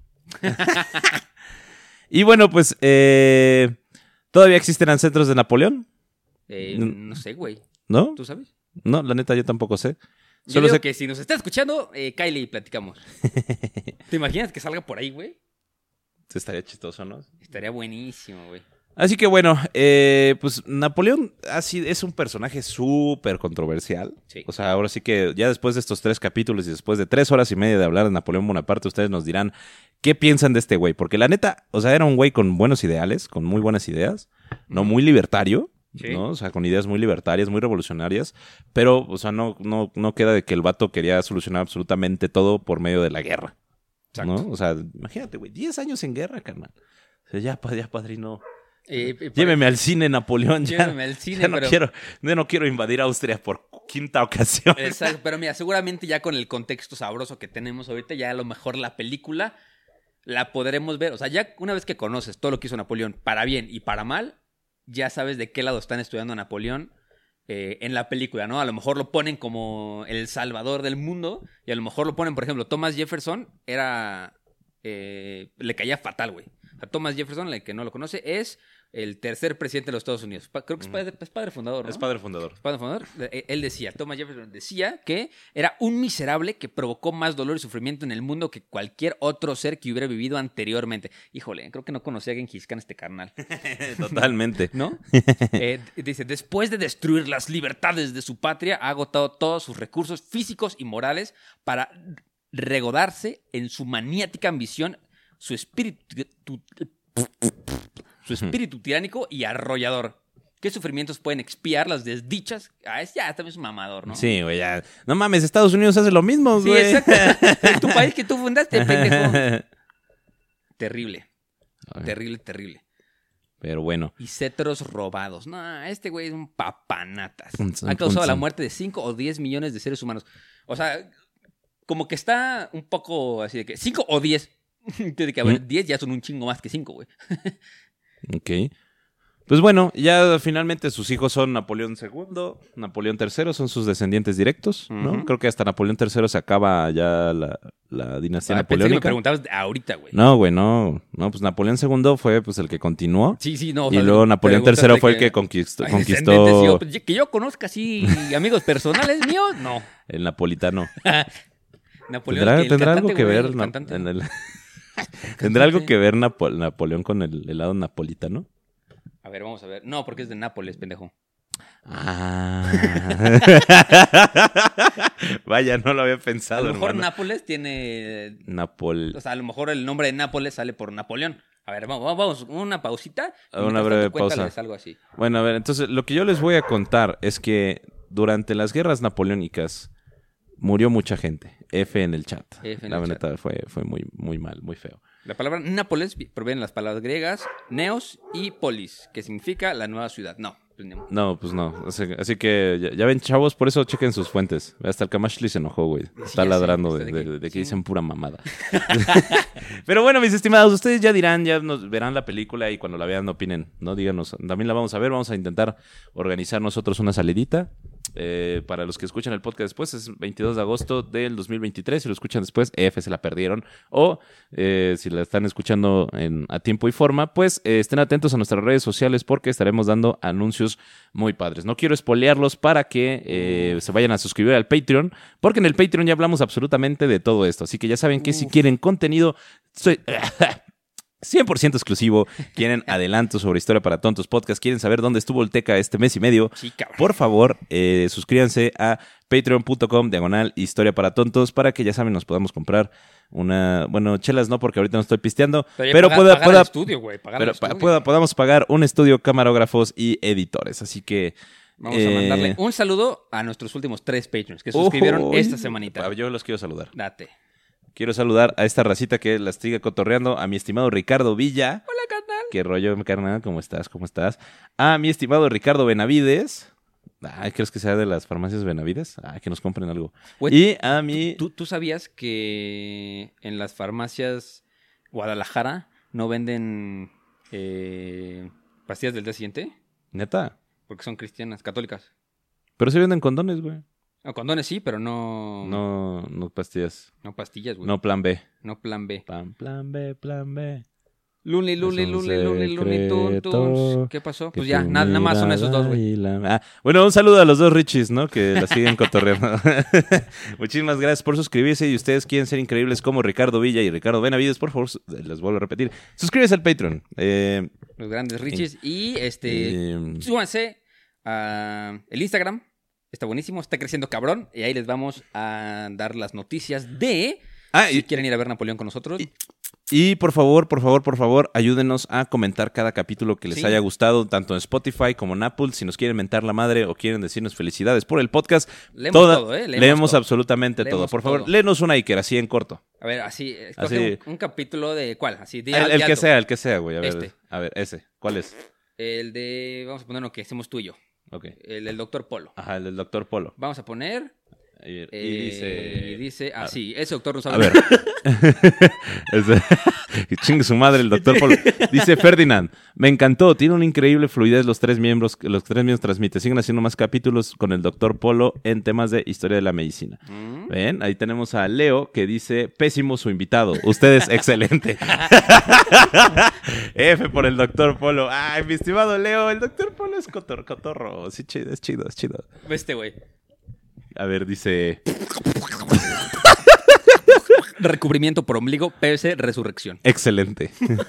Y bueno, pues, eh, ¿todavía existen centros de Napoleón? Eh, no sé, güey. ¿No? ¿Tú sabes? No, la neta, yo tampoco sé. Yo Solo digo sé que si nos está escuchando, eh, Kylie y platicamos. ¿Te imaginas que salga por ahí, güey? que estaría chistoso, ¿no? Estaría buenísimo, güey. Así que bueno, eh, pues Napoleón así es un personaje súper controversial. Sí. O sea, ahora sí que ya después de estos tres capítulos y después de tres horas y media de hablar de Napoleón Bonaparte, ustedes nos dirán qué piensan de este güey. Porque la neta, o sea, era un güey con buenos ideales, con muy buenas ideas, ¿no? Muy libertario, Sí. ¿no? O sea, con ideas muy libertarias, muy revolucionarias. Pero, o sea, no, no, no queda de que el vato quería solucionar absolutamente todo por medio de la guerra. Exacto. ¿No? O sea, imagínate, güey, diez años en guerra, carnal. O sea, ya, pa- ya padrino. Eh, y por- Lléveme al cine, Napoleón. Ya, Lléveme al cine, ya no pero- quiero, ya no quiero invadir Austria por quinta ocasión. Exacto, pero mira, seguramente ya con el contexto sabroso que tenemos ahorita, ya a lo mejor la película la podremos ver. O sea, ya una vez que conoces todo lo que hizo Napoleón, para bien y para mal, ya sabes de qué lado están estudiando a Napoleón eh, en la película, ¿no? A lo mejor lo ponen como el salvador del mundo y a lo mejor lo ponen, por ejemplo, Thomas Jefferson era... eh, le caía fatal, güey. O sea, Thomas Jefferson, el que no lo conoce, es el tercer presidente de los Estados Unidos. Pa- creo que es padre, es padre fundador, ¿no? Es padre fundador. Es padre fundador. Eh, Él decía, Thomas Jefferson decía que era un miserable que provocó más dolor y sufrimiento en el mundo que cualquier otro ser que hubiera vivido anteriormente. Híjole, creo que no conocía a Genghis Khan este carnal. Totalmente. ¿No? Eh, dice, después de destruir las libertades de su patria, ha agotado todos sus recursos físicos y morales para regodarse en su maniática ambición, su espíritu, tu- su espíritu tiránico y arrollador. ¿Qué sufrimientos pueden expiar las desdichas? Ah, es ya, también es un mamador, ¿no? Sí, güey, ya. No mames, Estados Unidos hace lo mismo, Sí, güey. exacto. Es tu país que tú fundaste, pendejo. Terrible. Terrible, terrible. Pero bueno. Y cetros robados. No, este güey es un papanatas. Un son- Ha causado un la son. muerte de cinco o diez millones de seres humanos. O sea, como que está un poco así de que cinco o diez. Yo de que, a ver, Mm. diez ya son un chingo más que cinco, güey. Ok. Pues bueno, ya finalmente sus hijos son Napoleón segundo, Napoleón tercero, son sus descendientes directos, ¿no? Ujú. Creo que hasta Napoleón tercero se acaba ya la, la dinastía Ah, pensé que me napoleónica. preguntabas de ahorita, güey. No, güey, no. No, pues Napoleón segundo fue pues el que continuó. Sí, sí, no. o Y sea, luego Napoleón preguntas tercero de fue el que conquistó, Ay, conquistó descendientes, y yo, pues, que yo conozca así amigos personales míos, no. el napolitano. Napoleón, ¿Tendrá, que el tendrá cantante, algo que güey, ver el na- cantante. en el- ¿Tendrá algo que ver Napo- Napoleón con el helado napolitano? A ver, vamos a ver. No, porque es de Nápoles, pendejo. Ah. Vaya, no lo había A pensado, lo mejor hermano. Nápoles tiene... Napol... O sea, a lo mejor el nombre de Nápoles sale por Napoleón. A ver, vamos, vamos una pausita. y Una mientras breve tanto, pausa. cuéntales algo así. Bueno, a ver, entonces lo que yo les voy a contar es que durante las guerras napoleónicas murió mucha gente. F en el chat. F en La el neta fue, fue muy, muy mal, muy feo. La palabra Nápoles vi- proviene de las palabras griegas neos y polis, que significa la nueva ciudad. No, pues ni modo. No, pues no. Así, así que ya, ya ven, chavos, por eso chequen sus fuentes. Hasta el Kamashli se enojó, güey. Está ya ladrando sé, de, está de- de que- de que sí. dicen pura mamada. Pero bueno, mis estimados, ustedes ya dirán, ya nos verán la película y cuando la vean opinen, ¿no? Díganos. También la vamos a ver, vamos a intentar organizar nosotros una salidita. Eh, para los que escuchan el podcast después, es veintidós de agosto del dos mil veintitrés. Si lo escuchan después, F, se la perdieron. O eh, si la están escuchando en, a tiempo y forma, pues eh, estén atentos a nuestras redes sociales porque estaremos dando anuncios muy padres. No quiero espolearlos para que eh, se vayan a suscribir al Patreon, porque en el Patreon ya hablamos absolutamente de todo esto. Así que ya saben que si Uf. quieren contenido... Soy... cien por ciento exclusivo, quieren adelanto sobre Historia para Tontos Podcast, quieren saber dónde estuvo el Teca este mes y medio, Sí, cabrón. por favor, eh, suscríbanse a patreon.com diagonal Historia para Tontos para que ya saben nos podamos comprar una, bueno, chelas no porque ahorita no estoy pisteando, Pero, ya pero pagar- pueda, pagar pueda- el estudio, güey. Pagar pero el pa- estudio. pueda- podamos pagar un estudio, camarógrafos y editores, así que Vamos eh, a mandarle un saludo a nuestros últimos tres Patreons que suscribieron uy, esta semanita. Yo los quiero saludar. Date. Quiero saludar a esta racita que la sigue cotorreando, a mi estimado Ricardo Villa. Hola, carnal. ¿Qué rollo, carnal? ¿Cómo estás? ¿Cómo estás? A mi estimado Ricardo Benavides. Ay, ¿crees que sea de las farmacias Benavides? Ay, que nos compren algo. Güey, Y a mi... ¿Tú, ¿Tú sabías que en las farmacias Guadalajara no venden eh, pastillas del día siguiente? Neta. Porque son cristianas, católicas. Pero se venden condones, güey. No, condones sí, pero no... No, no pastillas. No pastillas, güey. No plan B. No plan B. Plan, plan B, plan B. Luli, Luli, Es un Luli, Luli, Luli, Tun, secreto Tuns. ¿Qué pasó? que Pues ya, tu nada, nada más son esos dos, güey. mirada y la- Ah, bueno, un saludo a los dos Richis, ¿no? Que la siguen cotorreando. Muchísimas gracias por suscribirse. Y ustedes quieren ser increíbles como Ricardo Villa y Ricardo Benavides, por favor, su- les vuelvo a repetir. Suscríbase al Patreon. Eh, Los grandes Richies. Y este... eh, Súbanse a el Instagram. Está buenísimo, está creciendo cabrón. Y ahí les vamos a dar las noticias de... ah, Si y, quieren ir a ver Napoleón con nosotros. Y- y por favor, por favor, por favor, ayúdenos a comentar cada capítulo que les Sí. haya gustado, tanto en Spotify como en Apple. Si nos quieren mentar la madre o quieren decirnos felicidades por el podcast, Leemos toda- todo, ¿eh? Leemos leemos todo. absolutamente todo. Leemos Por favor, todo. léenos una Iker, así en corto. A ver, así, escoge Así. Un, un capítulo de... ¿Cuál? Así, de, El, de el que alto. sea, el que sea, güey. A ver, Este. a ver, ese. ¿Cuál es? El de... Vamos a poner lo que hacemos tú y yo. Ok. El del doctor Polo. Ajá, el del doctor Polo. Vamos a poner... Y, y eh, dice... y dice... Ah, sí, ese doctor no sabe. A ver. Ese- Chingue su madre el doctor Polo. Dice Ferdinand, me encantó, tiene una increíble fluidez los tres miembros, los tres miembros transmiten. Siguen haciendo más capítulos con el doctor Polo en temas de historia de la medicina. Mm. ¿Ven? Ahí tenemos a Leo que dice, pésimo su invitado. Usted es excelente. F por el doctor Polo. Ay, mi estimado Leo, el doctor Polo es cotor cotorro. Sí, chido, es chido, es chido. Este güey. A ver, dice... Recubrimiento por ombligo, P V C, resurrección. Excelente.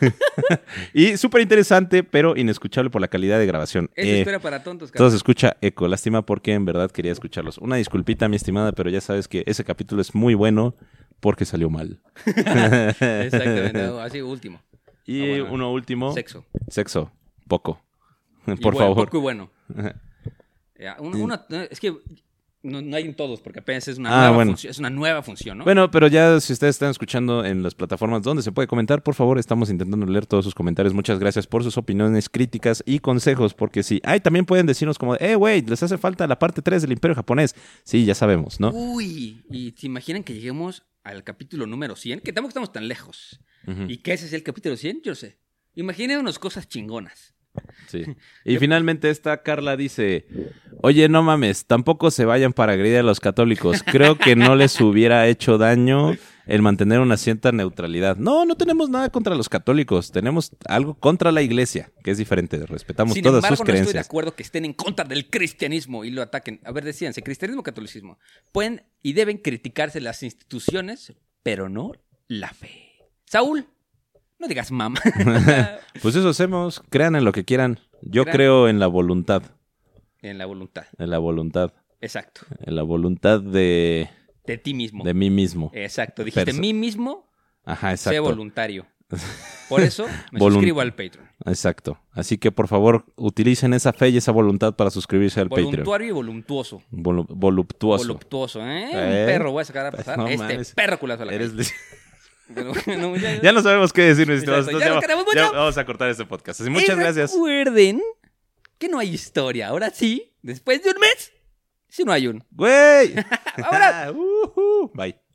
Y súper interesante, pero inescuchable por la calidad de grabación. Es Eh, historia para tontos, todo cabrón. se escucha eco. Lástima porque en verdad quería escucharlos. Una disculpita, mi estimada, pero ya sabes que ese capítulo es muy bueno porque salió mal. Exactamente, no, así último. Y Ah, bueno. uno último. Sexo. Sexo. Poco. Y Por bueno, favor. Poco y bueno. Ya, una- una- es que no, no hay en todos, porque apenas es una, Ah, nueva bueno. función, es una nueva función, ¿no? Bueno, pero ya si ustedes están escuchando en las plataformas donde se puede comentar, por favor, estamos intentando leer todos sus comentarios. Muchas gracias por sus opiniones, críticas y consejos, porque sí. Ay, también pueden decirnos como, eh, güey, les hace falta la parte tres del Imperio Japonés. Sí, ya sabemos, ¿no? Uy, y se imaginan que lleguemos al capítulo número cien, que tampoco estamos tan lejos. Ujú, ¿Y qué ese es el capítulo cien? Yo sé. Imaginémonos cosas chingonas. sí. Y finalmente esta Carla dice, oye, no mames, tampoco se vayan para agredir a los católicos. Creo que no les hubiera hecho daño el mantener una cierta neutralidad. No, no tenemos nada contra los católicos. Tenemos algo contra la iglesia, que es diferente. Respetamos Sin todas embargo, sus no estoy de creencias. acuerdo que estén en contra del cristianismo y lo ataquen. A ver, decíanse, cristianismo o catolicismo. Pueden y deben criticarse las instituciones, pero no la fe. Saúl, no digas mamá. Pues eso hacemos. Crean en lo que quieran. Yo Crean. creo en la voluntad. En la voluntad. En la voluntad. Exacto. En la voluntad de, De ti mismo. de mí mismo. Exacto. Dijiste Perso- mí mismo, Ajá, sé exacto. voluntario. Por eso me Volun- suscribo al Patreon. Exacto. Así que por favor, utilicen esa fe y esa voluntad para suscribirse al Patreon. Voluntario y voluntuoso. Volu- voluptuoso. Voluptuoso, ¿eh? ¿Eh? Un perro voy a sacar a pasar. No este mames. perro culazo a la Eres calle. li- Bueno, bueno, ya- Ya no sabemos qué decir, mis estimados. Exacto, Entonces ya nos va- quedamos ya mucho. vamos a cortar este podcast. Así, muchas Y gracias. Recuerden que no hay historia. Ahora sí, después de un mes, sí no hay un. ¡Güey! Ahora. Ujú. Bye.